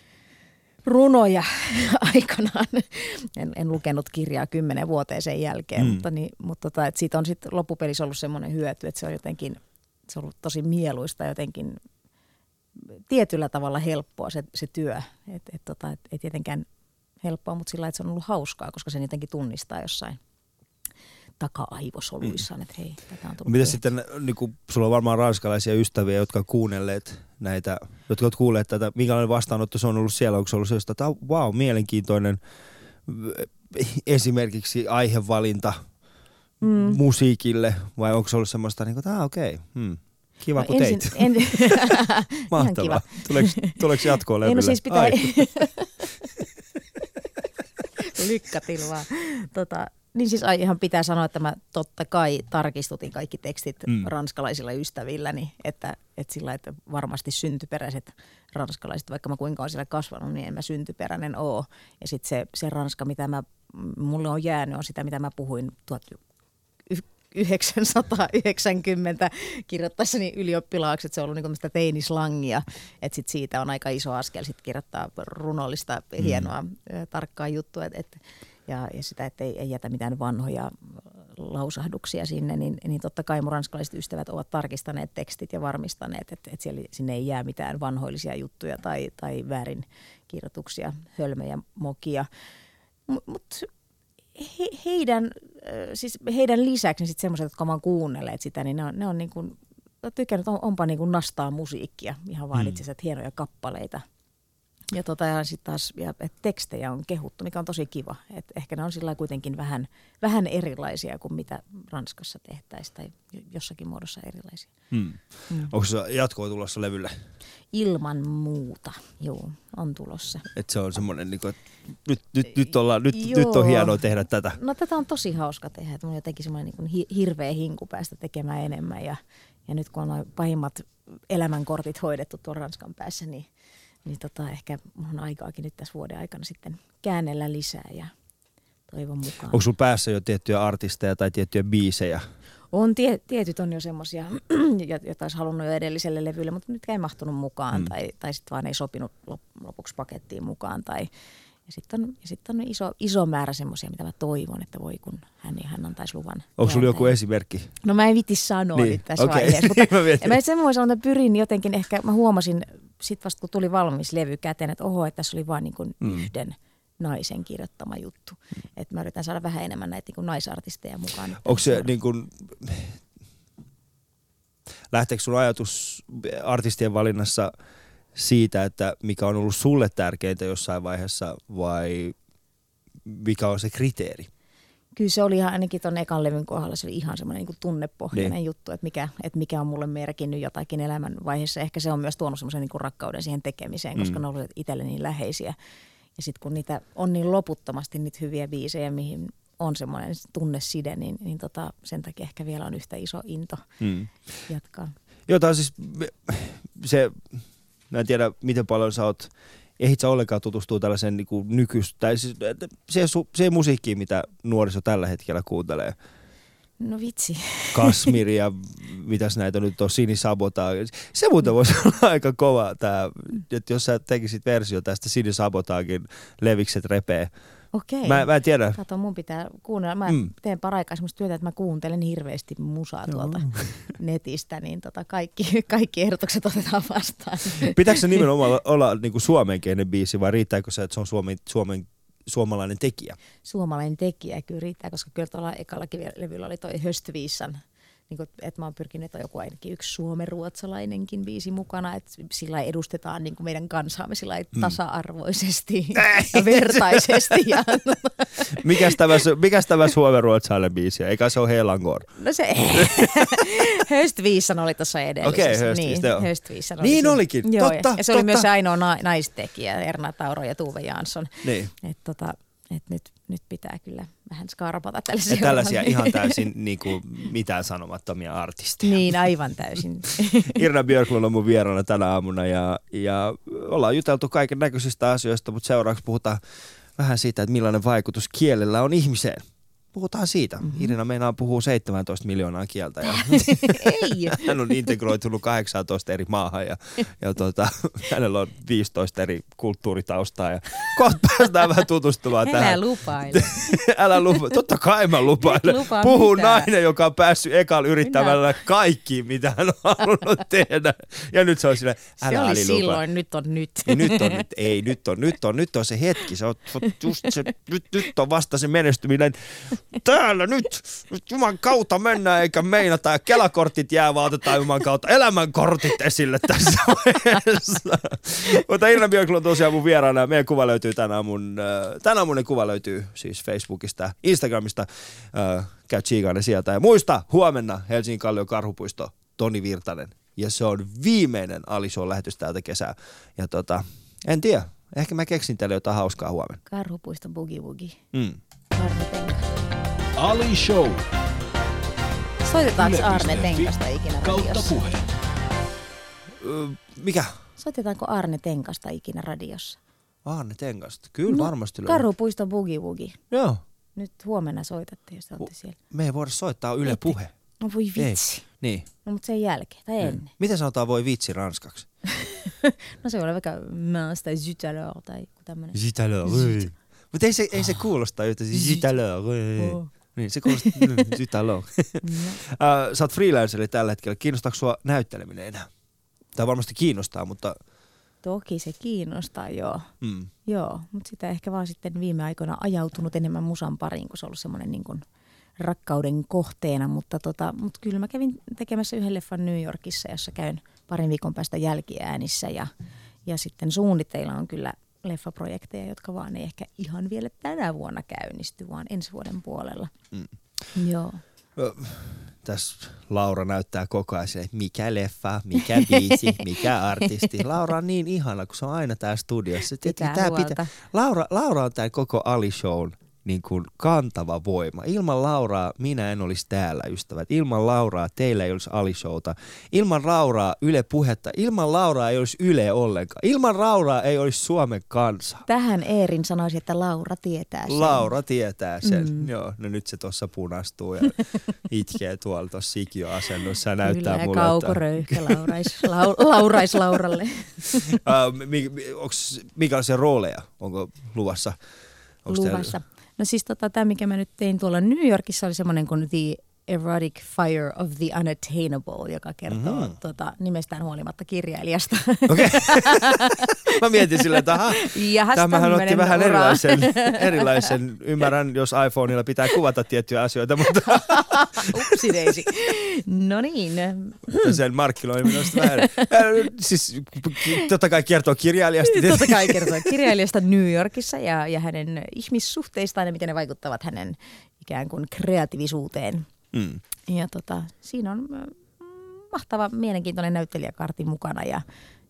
runoja aikanaan. En lukenut kirjaa 10 vuoteen sen jälkeen, mutta että siitä on sitten loppupelissä ollut semmoinen hyöty, että se on jotenkin, se on ollut tosi mieluista jotenkin tietyllä tavalla helppoa se työ. Ei tietenkään helppoa, mutta sillä että se on ollut hauskaa, koska sen jotenkin tunnistaa jossain taka-aivosoluissaan, että hei, tätä on tullut. Mitä sitten, niin kuin, sulla on varmaan ranskalaisia ystäviä, jotka on kuunnelleet näitä, jotka ovat kuulleet tätä, minkälainen vastaanotto se on ollut siellä, onko se ollut sellaista, että wow, mielenkiintoinen esimerkiksi aihevalinta musiikille, vai onko se ollut semmoista, niin kuin, okei, kiva kun teit. Mahtavaa. Tuleeko jatkoa levylle? No siis pitää, lykkätil vaan. Niin siis ihan pitää sanoa, että mä totta kai tarkistutin kaikki tekstit ranskalaisilla ystävilläni, että sillä että varmasti syntyperäiset ranskalaiset, vaikka mä kuinka olen siellä kasvanut, niin en mä syntyperäinen ole. Ja sitten se ranska, mitä mulle on jäänyt, on sitä, mitä mä puhuin 1990 kirjoittaessani ylioppilaaksi, että se on ollut niin sitä teinislangia, että sit siitä on aika iso askel sit kirjoittaa runollista, hienoa, tarkkaa juttua, ja sitä, että ei jätä mitään vanhoja lausahduksia sinne, niin totta kai mun ranskalaiset ystävät ovat tarkistaneet tekstit ja varmistaneet, että sinne ei jää mitään vanhoillisia juttuja tai väärinkirjoituksia, hölmöjä, mokia. Mutta heidän lisäksi sit semmoiset, jotka ovat kuunnelleet sitä, niin ne on niin kuin, tykännyt, onpa niin kuin nastaa musiikkia, ihan vaan itse asiassa hienoja kappaleita. Ja sitten taas tekstejä on kehuttu, mikä on tosi kiva. Et ehkä ne on sillä kuitenkin vähän erilaisia kuin mitä Ranskassa tehtäisiin tai jossakin muodossa erilaisia. Onko se jatkoa tulossa levylle? Ilman muuta, joo, on tulossa. Et se on semmoinen, niin että nyt on hienoa tehdä tätä. No tätä on tosi hauska tehdä, että mun on jotenkin semmoinen niin hirveä hinku päästä tekemään enemmän Ja nyt kun on noin pahimmat elämänkortit hoidettu tuon Ranskan päässä, niin ehkä on aikaakin nyt tässä vuoden aikana sitten käännellä lisää ja toivon mukaan. Onko sulla päässä jo tiettyjä artisteja tai tiettyjä biisejä? On, tietyt on jo semmoisia, joita olisi halunnut jo edelliselle levylle, mutta nyt ei mahtunut mukaan tai sitten vaan ei sopinut lopuksi pakettiin mukaan. Ja sitten on iso määrä semmoisia, mitä mä toivon, että voi kun hän antaisi luvan. Onko sulla joku esimerkki? No mä en viti sanoa nyt tässä vaiheessa, mutta mä semmoisen sanon, että pyrin jotenkin ehkä, mä huomasin sitten vasta kun tuli valmis levy käteen, että että tässä oli vaan niin kuin yhden naisen kirjoittama juttu. Että mä yritän saada vähän enemmän näitä niin kuin naisartisteja mukaan. Onko se niin kuin, lähteekö sun ajatus artistien valinnassa siitä, että mikä on ollut sulle tärkeintä jossain vaiheessa vai mikä on se kriteeri? Kyllä se oli ihan ainakin ton ekan levyn kohdalla, se oli ihan semmoinen niin kuin tunnepohjainen juttu, että mikä on mulle merkinnyt jotakin elämän vaiheessa. Ehkä se on myös tuonut semmoisen niin kuin rakkauden siihen tekemiseen, koska ne on ollut itselle niin läheisiä. Ja sitten kun niitä on niin loputtomasti niitä hyviä biisejä, mihin on semmoinen tunneside, niin sen takia ehkä vielä on yhtä iso into jatkaa. Jota siis mä en tiedä miten paljon sä oot, ehdit sä ollenkaan tutustua tällaiseen niin kuin tai siis siihen musiikkiin, mitä nuoriso tällä hetkellä kuuntelee. No vitsi. Kashmir ja mitäs näitä nyt on, Sini Sabotage. Se muuten voisi olla aika kova tää, että jos sä tekisit versio tästä Sini Sabotagin Levikset repee. Okei. Mä en tiedä. Kato, mun pitää kuunnella. Mä teen paraikaa semmoista työtä, että mä kuuntelen hirveästi musaa tuolta netistä, niin kaikki ehdotukset otetaan vastaan. Pitääkö se nimenomaan olla niinku suomenkielinen biisi vai riittääkö se, että se on suomalainen tekijä? Suomalainen tekijä kyllä riittää, koska kyllä tuolla ekallakin levyllä oli toi Höstvisan, niin että mä oon pyrkinyt, että on joku ainakin yksi suomenruotsalainenkin biisi mukana, että sillä edustetaan niin kuin meidän kansaamme sillä tasa-arvoisesti ja vertaisesti. Mikäs tämä suomenruotsalainen biisi? Eikä se ole Helangor? No se Höstvisan oli tuossa edellisessä. Okei, Höstvisan oli. Niin olikin, joo, totta. Ja se oli myös se ainoa naistekijä, Erna Tauro ja Tuve Jansson. Niin. Että nyt pitää kyllä vähän skarpata tällaisia ihan täysin niin kuin mitään sanomattomia artisteja. Niin, aivan täysin. Irna Björklund on mun vieraana tänä aamuna ja ollaan juteltu kaiken näköisistä asioista, mutta seuraavaksi puhutaan vähän siitä, että millainen vaikutus kielellä on ihmiseen. Puhutaan siitä. Irina meinaa puhuu 17 miljoonaa kieltä. Ja Ei. Hän on integroitunut 18 eri maahan ja hänellä on 15 eri kulttuuritaustaa. Ja kohta päästään vähän tutustumaan tähän. Älä lupaile. Älä lupaile. Totta kai mä lupailen. Puhuu nainen, joka on päässyt ekalla yrittämällä kaikkiin, mitä hän on halunnut tehdä. Ja nyt se on silleen, älä se oli Ali silloin, nyt on nyt. Nyt on se hetki. Se on just se, nyt on vasta se menestyminen. Täällä nyt Juman kautta mennään eikä meinata ja Kelakortit jää vaan otetaan Juman kautta elämänkortit esille tässä vaiheessa. Mutta Irna Björklund on tosiaan mun vieraana ja meidän kuva löytyy tänään mun kuva löytyy siis Facebookista, Instagramista. Käy tsiikaane sieltä ja muista huomenna Helsingin Kallion Karhupuisto Toni Virtanen ja se on viimeinen Ali Show lähetys täältä kesää ja en tiedä, ehkä mä keksin teille jotain hauskaa huomenna. Karhupuisto Boogie Woogie. Ali Show. Soitetaanko Arne Tenkasta ikinä radiossa? Mikä? Soitetaanko Arne Tenkasta ikinä radiossa? Arne Tenkasta? Kyllä varmasti löytyy. Karhupuisto Boogie Woogie. Joo. Nyt huomenna soitatte, jos olette siellä. Me ei voida soittaa Yle Puhe. No voi vitsi. Ei. Niin. No mutta sen jälkeen tai ennen. Miten sanotaan voi vitsi ranskaksi? No se voi olla vaikka mince tai zut alors tai tämmöinen. Zut alors. Mutta ei se kuulosta yhtä zut alors. Niin, se kuulostaa zut alors. Sä oot freelanceri tällä hetkellä. Kiinnostaako sua näytteleminen enää? Tämä varmasti kiinnostaa, mutta... Toki se kiinnostaa, joo. Joo, mutta sitä ehkä vaan sitten viime aikoina ajautunut enemmän musan pariin, kun se on ollut semmoinen niin kuin rakkauden kohteena. Mutta kyllä mä kävin tekemässä yhden leffan New Yorkissa, jossa käyn parin viikon päästä jälkiäänissä. Ja sitten suunnitteilla on kyllä leffaprojekteja, jotka vaan ei ehkä ihan vielä tänä vuonna käynnisty, vaan ensi vuoden puolella. Joo. Tässä Laura näyttää koko ajan, että mikä leffa, mikä biisi, mikä artisti. Laura on niin ihana, kun se on aina täällä studiossa. Pitää huolta. Laura on täällä koko Ali Shown niin kuin kantava voima. Ilman Lauraa minä en olisi täällä, ystävät. Ilman Lauraa teillä ei olisi Ali-showta. Ilman Lauraa Yle Puhetta. Ilman Lauraa ei olisi Yle ollenkaan. Ilman Lauraa ei olisi Suomen kansa. Tähän Eerin sanoisi, että Laura tietää sen. Laura tietää sen. Joo, no nyt se tuossa punastuu ja itkee tuolla tuossa sikioasennossa ja näyttää Kyllä, mulle, kaukoröyhkä laurais Lauralle. Minkälaisia rooleja onko luvassa? Luvassa. No siis tämä, mikä mä nyt tein tuolla New Yorkissa, oli semmoinen kuin The Erotic Fire of the Unattainable, joka kertoo nimestään huolimatta kirjailijasta. Okei. Mä mietin silleen, että tämähän otti vähän erilaisen. Ymmärrän, jos iPhoneilla pitää kuvata tiettyjä asioita, mutta upsideisi. No niin. Sen markkinoiminen on vähän. Siis totta kai kertoo kirjailijasta. Totta kai kertoo kirjailijasta New Yorkissa ja hänen ihmissuhteistaan ja miten ne vaikuttavat hänen ikään kuin kreatiivisuuteen. Ja siinä on mahtava, mielenkiintoinen näyttelijäkartti mukana ja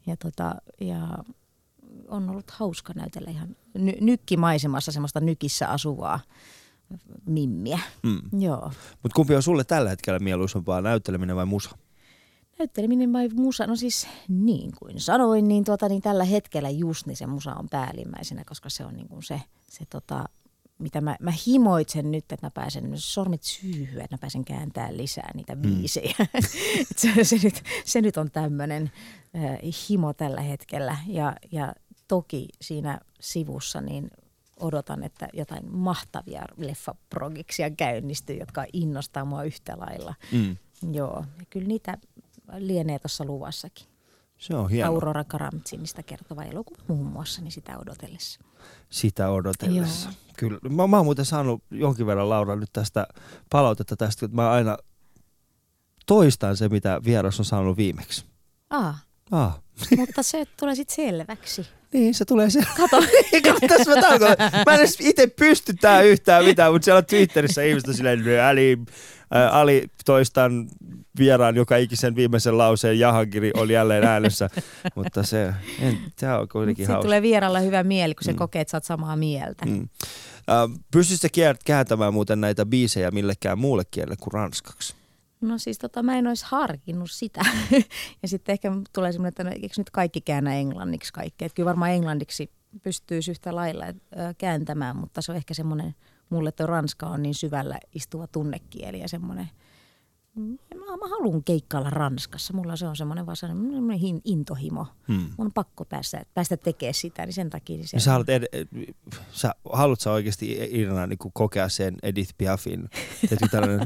on ollut hauska näytellä ihan nykkimaisemassa, semmoista nykissä asuvaa mimmiä. Joo. Mutta kumpi on sulle tällä hetkellä mieluisampaa, näytteleminen vai musa? Näytteleminen vai musa? No siis niin kuin sanoin, niin tällä hetkellä just niin se musa on päällimmäisenä, koska se on niin kuin se mitä mä himoitsen nyt, että mä pääsen sormet syyhyä, että mä pääsen kääntämään lisää niitä biisejä. se nyt on tämmöinen himo tällä hetkellä. Ja toki siinä sivussa niin odotan, että jotain mahtavia leffaprogiksia käynnistyy, jotka innostaa mua yhtä lailla. Joo, ja kyllä niitä lienee tuossa luvassakin. Se on hienoa. Aurora Karamzinista kertova elokuva muun muassa, niin sitä odotellessa. Sitä odotellessa. Joo. Kyllä. Mä oon muuten saanut jonkin verran, Laura, nyt tästä palautetta tästä, että mä aina toistan se, mitä vieras on saanut viimeksi. Mutta se tulee sitten selväksi. Niin, se tulee selväksi. Kato. Tässä mä tarkoitan. Mä en edes itse pysty tähän yhtään mitään, mutta siellä on Twitterissä ihmistä silleen, Ali toistan vieraan joka ikisen viimeisen lauseen, Jahangiri oli jälleen äänessä, mutta tämä on kuitenkin hauska. Tulee vieraalla hyvä mieli, kun se kokee, että sä oot samaa mieltä. Pystyisit kääntämään muuten näitä biisejä millekään muulle kielelle kuin ranskaksi? No siis mä en olisi harkinnut sitä. Ja sitten ehkä tulee semmoinen, että eikö nyt kaikki käännä englanniksi kaikkea. Että kyllä varmaan englanniksi pystyisi yhtä lailla kääntämään, mutta se on ehkä semmoinen, mulle tuo ranska on niin syvällä istuva tunnekieli ja semmoinen, mä haluan keikkailla Ranskassa. Mulla se on semmoinen vaan semmoinen intohimo. Mun on pakko päästä tekemään sitä, niin sen takia. Niin haluatko oikeasti Irina niin kokea sen Edith Piafin? Tietysti tällainen,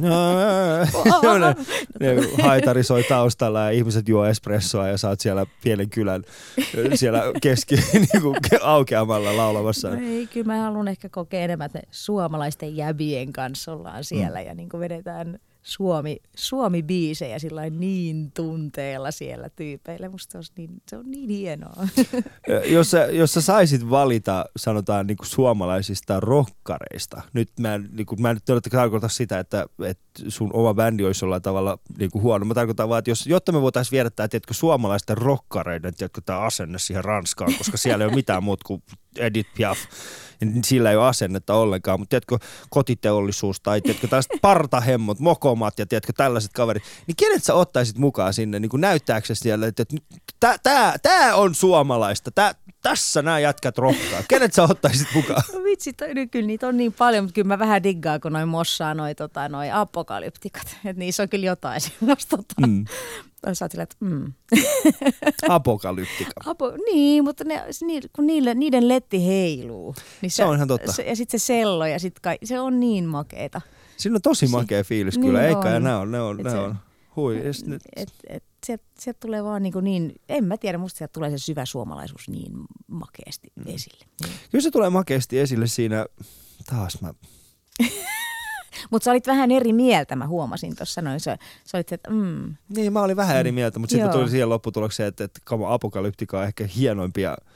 haitari soi taustalla ja ihmiset juo espressoa ja sä oot siellä pienen kylän siellä aukeamalla laulamassa. No ei, kyllä mä haluan ehkä kokea enemmän, että suomalaisten jäbien kanssa ollaan siellä ja niin vedetään Suomi-biisejä sillain niin tunteella siellä tyypeillä. Musta se on niin hienoa. Jos sä saisit valita, sanotaan niin kuin suomalaisista rokkareista, nyt mä en nyt tarkoita sitä, että sun oma bändi olisi jollain tavalla niin kuin huono. Mä tarkoitan vaan, että jotta me voitaisiin viettää, tiedätkö, suomalaisten rokkareiden, tiedätkö, tämä asenne siihen Ranskaan, koska siellä ei ole mitään muuta kuin Edith Piaf. Sillä ei ole asennetta ollenkaan, mutta tiedätkö, kotiteollisuus tai tiedätkö, tällaiset partahemmot, mokomat ja tiedätkö, tällaiset kaverit, niin kenet sä ottaisit mukaan sinne niin näyttääksesi siellä, että tää on suomalaista, tässä nämä jätkät rokkaa. Kenet sä ottaisit mukaan? No vitsi, kyllä niitä on niin paljon, mutta kyllä mä vähän diggaan, kun noi mossaa noi apokalyptikat. Että niissä on kyllä jotain semmoista. Sä oot sillä, että Apokalyptika. Niin, mutta kun niiden letti heiluu. Niin se on ihan totta. Ja sitten se sello ja se on niin makeeta. Siinä on tosi makea fiilis kyllä, niin eikä ne on. Hui. Sieltä tulee vaan niin, en mä tiedä, musta sieltä tulee se syvä suomalaisuus niin makeasti esille. Kyllä se tulee makeasti esille siinä, taas mä... Mutta sä olit vähän eri mieltä, mä huomasin tuossa noin. Sä olit, että Niin, mä olin vähän eri mieltä, mutta sitten tuli siihen lopputulokseen, että Apokalyptika on ehkä hienoimpia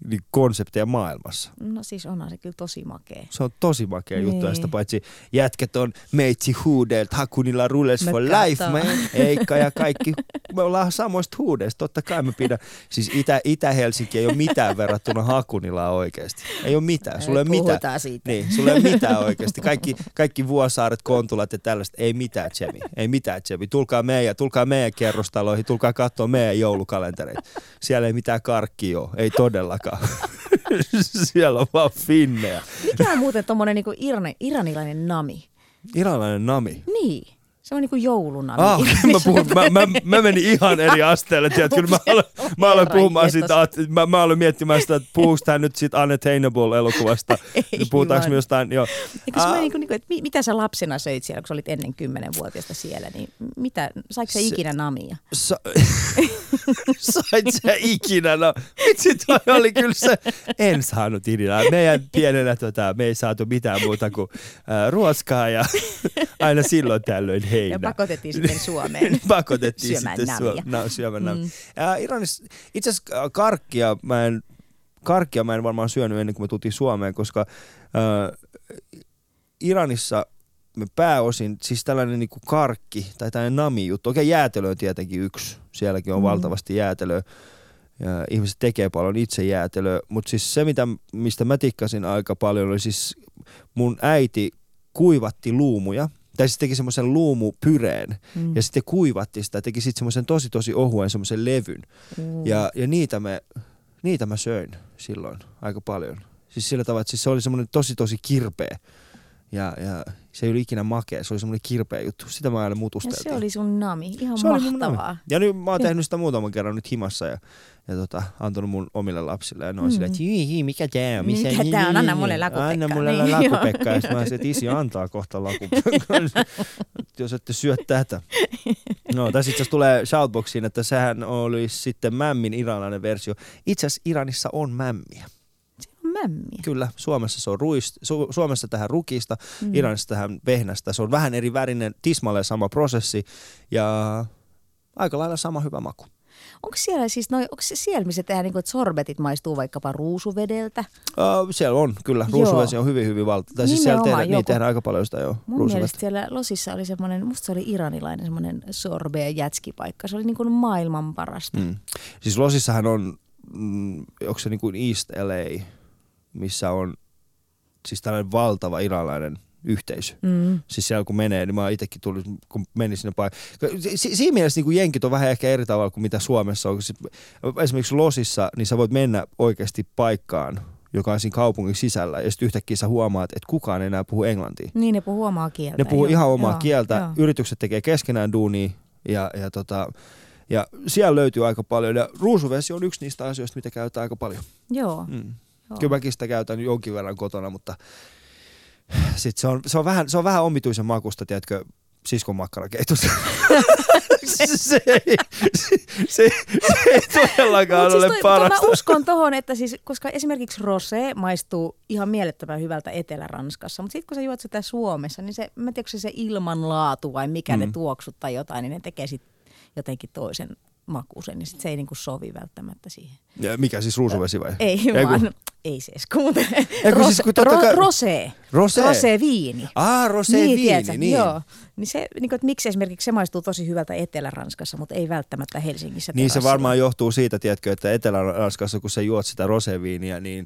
konsepteja maailmassa. No siis onhan se kyllä tosi makea. Se on tosi makea juttu, ja sitä paitsi jätket on meitsi huudeilta, Hakunilla rules for life, man. Eikka ja kaikki, me ollaan samoista huudeista, totta kai me pidä. Siis Itä-Helsinki ei ole mitään verrattuna Hakunilaan oikeasti. Ei ole mitään, sulla ei ole mitään. Siitä. Niin, sulla ei ole mitään oikeasti. Kaikki Vuosaaret, Kontulat ja tällaista, ei mitään tsemi. Ei mitään tsemi. Tulkaa meidän kerrostaloihin, tulkaa katsoa meidän joulukalentereita. Siellä ei mitään karkkia ole, ei todellakaan. Siellä on vaan finnejä. Mikä on muuten tommonen niinku iranilainen nami? Iranilainen nami? Niin. Se on niinku joulunami. Mä menin ihan eri asteelle, tiedätkö? Mä aloin puhumaan siitä, mä aloin miettimään sitä, että puhuuko tää nyt siitä Unattainable-elokuvasta. Puhutaanko me jostain, joo. Eikö se niinku, että mitä sä lapsena söit siellä, kun sä olit ennen 10-vuotiaasta siellä, niin saiko sä ikinä namia? Sait sä ikinä? No, vitsi toi oli kyllä se. En saanut ikinä. Meidän pienenä me ei saatu mitään muuta kuin ruoskaa ja aina silloin tällöin heinä. Ja pakotettiin sitten Suomeen. Pakotettiin syömään sitten syömään namia. Iranissa, itse asiassa karkkia mä en varmaan syönyt ennen kuin me tultiin Suomeen, koska Iranissa me pääosin, siis tällainen niinku karkki tai tällainen nami-juttu. Okei, jäätelö on tietenkin yksi. Sielläkin on valtavasti jäätelöä. Ja ihmiset tekee paljon itse jäätelöä. Mutta siis se, mistä mä tikkasin aika paljon, oli siis mun äiti kuivatti luumuja. Tai siis teki semmoisen luumupyreen. Ja sitten kuivatti sitä. Teki sitten semmoisen tosi ohuen semmoisen levyn. Ja niitä mä söin silloin aika paljon. Siis sillä tavalla, että siis se oli semmoinen tosi kirpeä. Ja se ei ollut ikinä makea, se oli semmoinen kirpeä juttu. Sitä mä aina mutusteltiin. Ja se oli sun nami, ihan se mahtavaa. Ja nyt mä oon tehnyt sitä muutaman kerran nyt himassa ja antanut mun omille lapsille. Ja ne on silleen, että mikä tää on? Mikä tää on? Anna mulle lakupekka. Anna mulle lakupekka. Ja sitten mä sanoin, että isi antaa kohta lakupekka. Jos ette syö tätä. No, tässä itse asiassa tulee shoutboxiin, että sehän olisi sitten mämmin iranilainen versio. Itse asiassa Iranissa on mämmiä. Mämmiä. Kyllä, Suomessa se on Suomessa tähän rukista, Iranissa tähän vehnästä. Se on vähän eri värinen, tismalleen sama prosessi ja aika lailla sama hyvä maku. Onko siellä siis, onko se siellä, missä tehdään niin kuin, että sorbetit maistuu vaikkapa ruusuvedeltä? Siellä on, kyllä. Ruusuvesi on hyvin tai siis siellä tehdään aika paljon sitä jo. Mun mielestä siellä Losissa oli semmoinen, musta se oli iranilainen semmoinen sorbe- ja jätskipaikka. Se oli niin kuin maailman parasta. Siis Losissahan on, onko se niin kuin East LA, missä on siis tällainen valtava iranilainen yhteisö. Siis siellä kun menee, niin mä oon itsekin tullut, kun menin sinne paikalle. Siinä mielessä niin kuin jenkit on vähän ehkä eri tavalla kuin mitä Suomessa on. Esimerkiksi Losissa, niin sä voit mennä oikeasti paikkaan, joka on siinä kaupungin sisällä, ja sitten yhtäkkiä sä huomaat, että kukaan ei enää puhu englantia. Niin, ne puhuu omaa kieltä. Ne puhuu ihan omaa kieltä. Yritykset tekee keskenään duunia, ja siellä löytyy aika paljon. Ja ruusuvesi on yksi niistä asioista, mitä käytetään aika paljon. Joo. Kyllä mäkin sitä käytän jonkin verran kotona, mutta sit se on vähän omituisen makusta, tiedätkö, siskon makkarakeitossa. se ei todellakaan ole parasta. Mä uskon tohon, että siis, koska esimerkiksi rosé maistuu ihan mielettömän hyvältä Etelä-Ranskassa, mutta sitten kun sä juot sitä Suomessa, niin mä en tiedä, se ilmanlaatu vai mikä ne tuoksut tai jotain, niin ne tekee sitten jotenkin toisen makuusen, niin sit se ei niinku sovi välttämättä siihen. Ja mikä siis ruusuvesi vai? Ei vaan, ei se edes kuunte. Rosé. Roséviini. Roséviini, niin. Joo. Niin se, niinku, että miksi esimerkiksi se maistuu tosi hyvältä Etelä-Ranskassa, mutta ei välttämättä Helsingissä. Niin se varmaan johtuu siitä, tiedätkö, että Etelä-Ranskassa, kun sä juot sitä roséviiniä, niin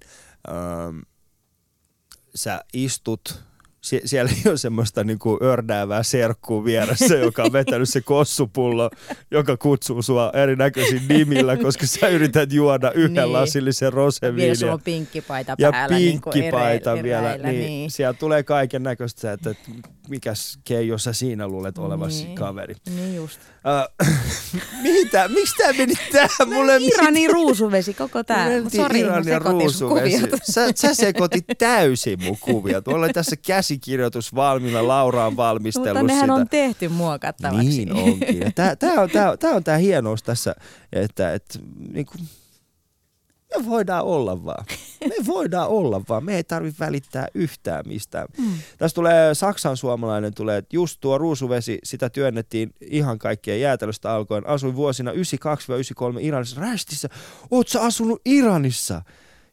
sä istut. Siellä ei ole semmoista niinku ördäävää serkkuu vieressä, joka on vetänyt se kossupullo, joka kutsuu sua erinäköisin nimillä, koska sä yrität juoda yhden lasillisen roséviiniä. Vielä sulla on pinkkipaita päällä. Ja pinkkipaita niin vielä. Niin. Siellä tulee kaiken näköistä, että mikäs Keijo sä siinä luulet olevasi kaveri. Niin just. Miksi tää meni tähän? Iranin ruusuvesi, koko tää. Sori, mä sekoitin sun kuviot. Sä sekoitit täysin mun kuviot. Mulla oli tässä käsikirjoitus valmiina, Laura on valmistellut sitä. Mutta nehän on tehty muokattavaksi. Niin onkin. Tää on tää hienous tässä, että niinku, me voidaan olla vaan. Me ei tarvitse välittää yhtään mistään. Tässä tulee Saksan suomalainen, että just tuo ruusuvesi, sitä työnnettiin ihan kaikkien jäätelöstä alkoen. Asuin vuosina 92-93 Iranissa. Rästissä, oot sä asunut Iranissa?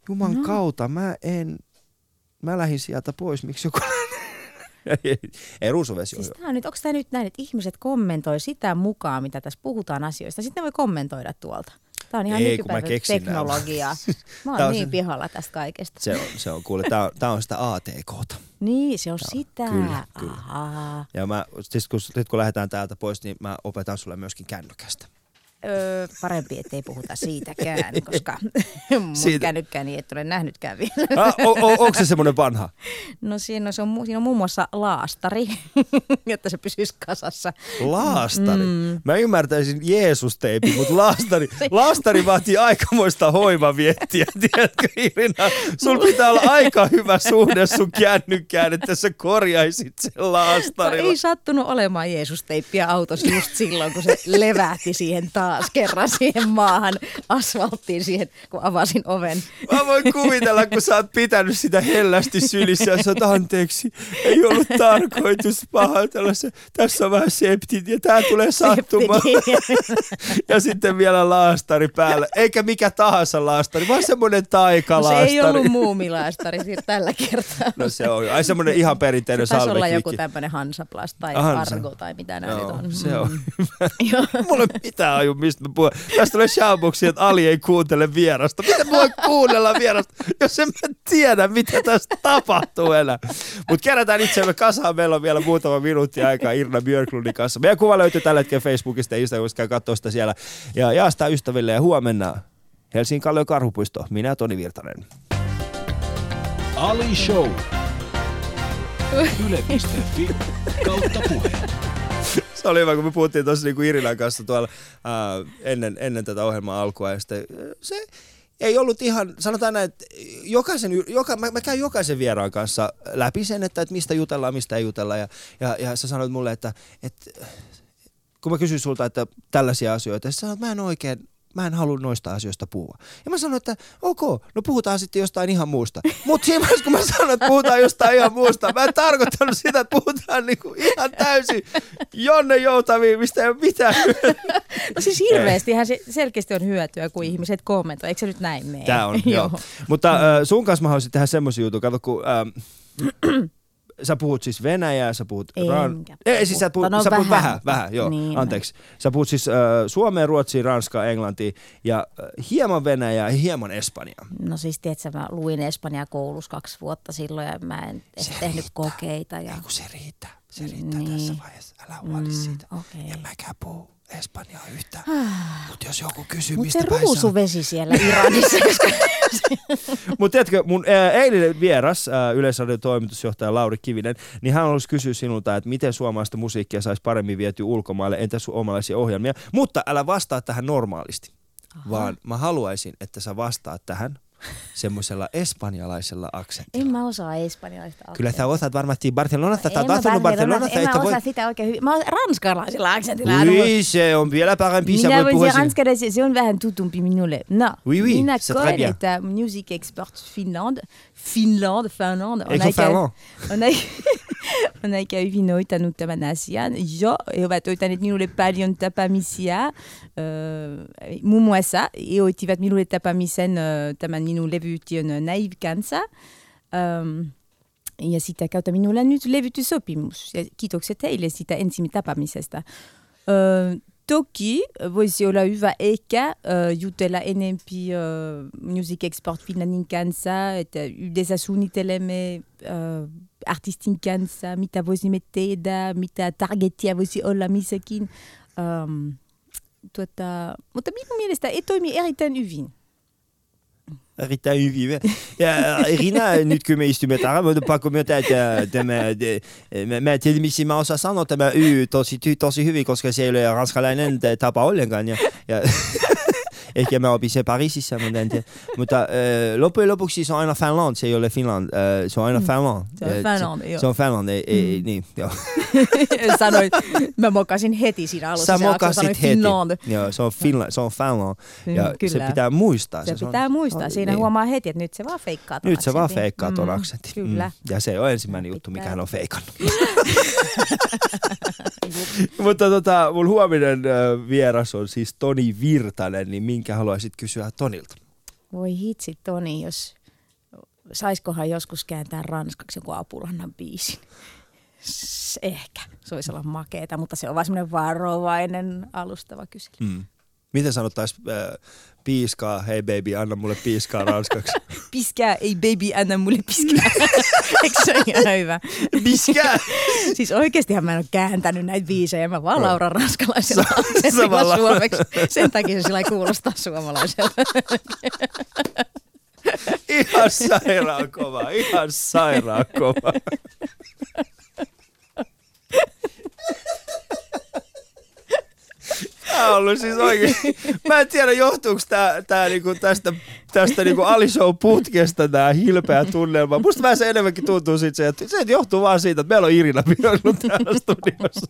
Juman kautta, mä lähdin sieltä pois, miksi joku... Ei ruusuvesi siis onko tämä nyt näin, että ihmiset kommentoi sitä mukaan, mitä tässä puhutaan asioista. Sitten ne voi kommentoida tuolta. Tämä on ihan nykypäivän teknologiaa. Mä oon niin pihalla tästä kaikesta. Se on kuule, tää on sitä ATK:ta. Niin, se on sitä. Kyllä. Ja sit kun lähdetään täältä pois, niin mä opetan sulle myöskin kännykästä. Parempi, ettei puhuta siitäkään, koska mun kännykkäni et ole nähnytkään vielä. Onko se semmoinen vanha? No siinä on muun muassa laastari, jotta se pysyisi kasassa. Laastari? Mä ymmärtäisin Jeesus-teipi, mutta laastari vaatii aikamoista hoivaviettiä, tiedätkö Irina? Sulla pitää olla aika hyvä suhde sun kännykkään, että sä korjaisit sen laastarilla. No, ei sattunut olemaan Jeesus-teippiä autossa just silloin, kun se levähti siihen taas kerran siihen maahan, asfalttiin siihen, kun avasin oven. Mä voin kuvitella, kun sä oot pitänyt sitä hellästi sylissä ja sä oot anteeksi. Ei ollut tarkoitus pahoitella se. Tässä on vähän septit ja tää tulee sattumaan. Ja sitten vielä laastari päällä. Eikä mikä tahansa laastari, vaan semmonen taikalaastari. No se ei ollut muumilaastari tällä kertaa. No se on ai semmonen ihan perinteinen salveklikki. Se taisi olla joku tämmönen Hansaplast tai Argo tai mitä nää nyt on. Se on hyvä. Mulla ei mitään aju, mistä mä puhun. Tästä tulee shoutboxia, että Ali ei kuuntele vierasta. Miten voi kuunnella vierasta, jos en mä tiedä, mitä tässä tapahtuu enää. Mutta kerätään itseämme kasaan. Meillä on vielä muutama minuutti aikaa Irina Björklundin kanssa. Meidän kuva löytyy tällä hetkellä Facebookista ja Instagramista. Käy katsoa sitä siellä. Ja jaa sitä ystäville ja huomenna Helsingin Kallion Karhupuisto. Minä ja Toni Virtanen. Ali Show. Yle.fi/puhe. Se oli hyvä, kun me puhuttiin tuossa niin kuin Irinan kanssa tuolla ennen tätä ohjelmaa alkua. Ja sitten, se ei ollut ihan, sanotaan näin, että mä käyn jokaisen vieraan kanssa läpi sen, että mistä jutellaan, mistä ei jutella. Ja sä sanoit mulle, että kun mä kysyin sulta, että tällaisia asioita, ja sä sanoit, että mä en halua noista asioista puhua. Ja mä sanoin, että ok, no puhutaan sitten jostain ihan muusta. Mutta siinä vaiheessa, kun mä sanoin, että puhutaan jostain ihan muusta, mä en tarkoittanut sitä, että puhutaan niinku ihan täysin Jonne Joutaviin, mistä ei ole mitään. No siis hirveästihän se selkeästi on hyötyä, kun ihmiset kommentoivat. Eikö se nyt näin mene? Tää on, joo. Mutta sun kanssa mä haluaisin tehdä semmoisen jutun. Kato, kun... Sä puhut siis venäjää, sä puhut... Siis sä puhut vähän, joo, niin, anteeksi. Sä puhut siis suomea, ruotsia, ranskaa, englantia ja hieman venäjää ja hieman espanjaa. No siis tiedätkö, mä luin espanjaa koulussa 2 vuotta silloin ja mä en tehnyt kokeita. Ja... Ei kun se riittää niin. Tässä vaiheessa. Älä huoli siitä. Okay. En mäkään puhu espanjaa yhtään. Mutta jos joku kysyy, mistä päin saa... Mutta se ruusuvesi siellä Iranissa. Mutta tiedätkö, mun eilinen vieras, Yleisradion toimitusjohtaja Lauri Kivinen, niin hän haluaisi kysyä sinulta, että miten suomalaista musiikkia saisi paremmin vietyä ulkomaille, entä sun omalaisia ohjelmia. Mutta älä vastaa tähän normaalisti, vaan mä haluaisin, että sä vastaat tähän semmoisella espanjalaisella aksentilla. En mä osaa espanjalaista aksentilla. Kyllä sä osaat varmasti Barcelonasta. En mä osaa sitä oikein hyvin. Mä oon ranskalaisella aksentilla. Oui, se on vielä parempi. Minä voisin ranskalaisella, se on vähän tutumpi minulle. No, oui, minä koen, että Music Expert Finland. On aika hyvin hoitanut tämän asian. Jo, he ovat hoitaneet minulle paljon tapaamisia. Muun muassa he hoitivat minulle tapaamisen tämän minun levyyhtiön Naive kanssa. Ja sitä kautta minulla on nyt levytyssopimus. Ja kiitokset heille sitä ensimmäisestä tapaamisesta. Toki voisi olla hyvä ehkä jutella enempi Music Expert Finlandin kanssa, että yhdessä suunnittelemme artistin kanssa, mitä voisimme tehdä, mitä targetia voisi olla missäkin. Mutta minun mielestä ei toimi erittäin hyvin. Erittäin hyvin. Ja Irina, nyt kun me istumme täällä, me pakko myöntää, että mä tiedän, missä mä osaan sanoa, että mä tosi hyvin, koska se ei ole ranskalainen tapa ollenkaan. Ja ehkä mä opin se Pariisissa, mutta loppujen lopuksi se on aina Finland, se ei ole Finland, se on aina Finland. Se on Finland, niin, joo. Sanoit, mä mokasin heti siinä alussa. Sä mokasit heti. Finland. Joo, se on Finland. Ja kyllä. se pitää muistaa. Se pitää muistaa. Siinä niin. Huomaa heti, että nyt se vaan feikkaa ton Nyt se vaan feikkaa ton aksentin. Kyllä. Ja se on ensimmäinen juttu, mikä hän on feikannut. Mutta mun huominen vieras on siis Toni Virtanen, niin minkä haluaisit kysyä Tonilta? Voi hitsi Toni, jos saiskohan joskus kääntää ranskaksi joku Apulannan biisin. Ehkä. Se voisi olla makeeta, mutta se on vaan semmoinen varovainen alustava kysely. Miten sanottaisiin piiskaa, hei baby, anna mulle piiskaa ranskaksi? Piskää, ei baby, anna mulle piskää. Eikö se ole ihan hyvä? Piskää! Siis oikeastihan mä en ole kääntänyt näitä biisejä, mä vaan lauran ranskalaisella samalla suomeksi. Sen takia se sillä kuulostaa suomalaiselta. Ihan sairaan kova, ihan sairaan kova. Tää on ollut siis oikein. Mä en tiedä, johtuuko tää niinku tästä niinku Ali Show putkesta tää hilpeä tunnelma. Musta vähän se enemmänkin tuntuu siitä, että se johtuu vaan siitä, että meillä on Irina Björnlund täällä studiossa.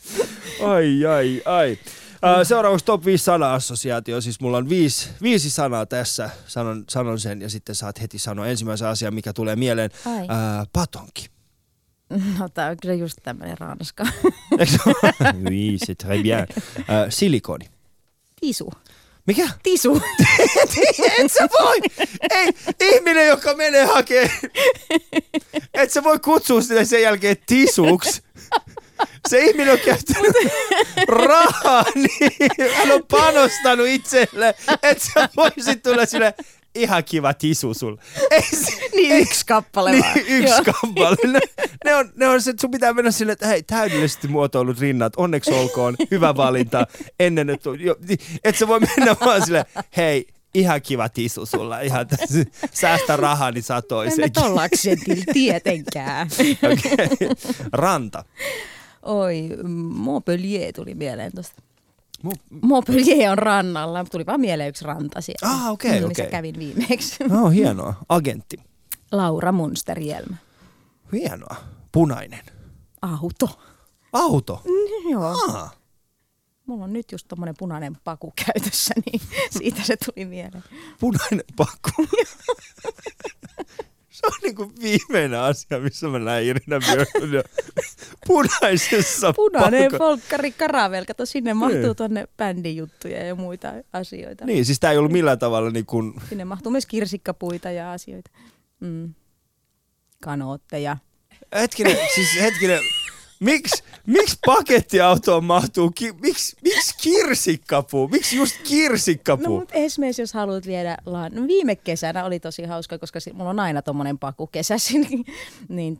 Ai. Seuraavaksi top 5 sana-assosiaatio. Siis mulla on 5 sanaa tässä. Sanon sen ja sitten saat heti sanoa ensimmäisen asian, mikä tulee mieleen. Patonki. No tää on kyllä just tämmönen ranska. Oui, c'est très bien. Silikoni. Tisu. Mikä? Tisu. Et sä voi! Ei, ihminen, joka menee hakemaan. Et sä voi kutsua sitä sen jälkeen tisuksi. Se ihminen on käyttänyt rahaa, niin hän on panostanut itselle, että sä voisit tulla sille ihan kiva tisu sulle. Yksi kappale vaan. Yksi kappale. Ne on se, että sun pitää mennä silleen, että hei, täydellisesti muotoilut rinnat, onneksi olkoon, hyvä valinta, ennen että sä voi mennä vaan silleen, hei, ihan kiva tisu sulla, ihan säästä rahaa, niin saa toisen. En mä tollaksentilla tietenkään. Okay. Ranta. Oi, Montpellier tuli mieleen tosta. Montpellier on rannalla. Tuli vaan mieleen yksi ranta siellä. Okei. Missä kävin viimeksi. No, hienoa. Agentti. Laura Munsterjelmä. Hienoa. Punainen. Auto. Joo. Mulla on nyt just tommonen punainen paku käytössä, niin siitä se tuli mieleen. Punainen paku. Se on niinku viimeinen asia, missä mä näin Irina Björnlund punaisessa Punainen folkkari karavel. Kato, sinne mahtuu tonne bändin juttuja ja muita asioita. Niin, siis tää ei ollut millään tavalla niin kuin... Sinne mahtuu myös kirsikkapuita ja asioita. Kanootteja. Hetkinen. Miksi pakettiautoon mahtuu, miksi kirsikkapuu? Miksi just kirsikkapuu? No mutta esimerkiksi jos haluat viedä viime kesänä oli tosi hauska, koska mulla on aina tommonen paku kesäisin, niin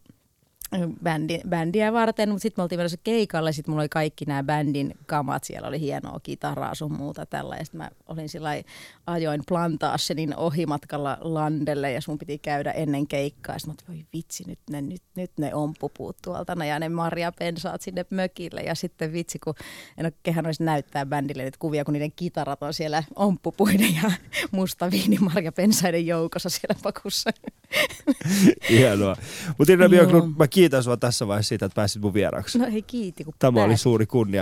bändiä varten, mutta sitten me oltiin menossa keikalle, sitten mulla oli kaikki nämä bändin kamat, siellä oli hienoa kitaraa sun muuta tällä, ja sitten mä olin sillai, ajoin Plantagenin ohimatkalla landelle, ja sun piti käydä ennen keikkaa, ja sitten mä olin, voi vitsi, nyt ne omppupuut tuolta, ja ne marjapensaat sinne mökille, ja sitten vitsi, kun en ole kehannut olisi näyttää bändille nyt kuvia, kun niiden kitarat on siellä omppupuiden ja mustaviinimarjapensaiden joukossa siellä pakussa. Hienoa. Mutta Irina Björnlund, mä kiitän sua tässä vaiheessa siitä, että pääsit mun vieraaksi. No hei, kiitti. Tämä oli suuri kunnia.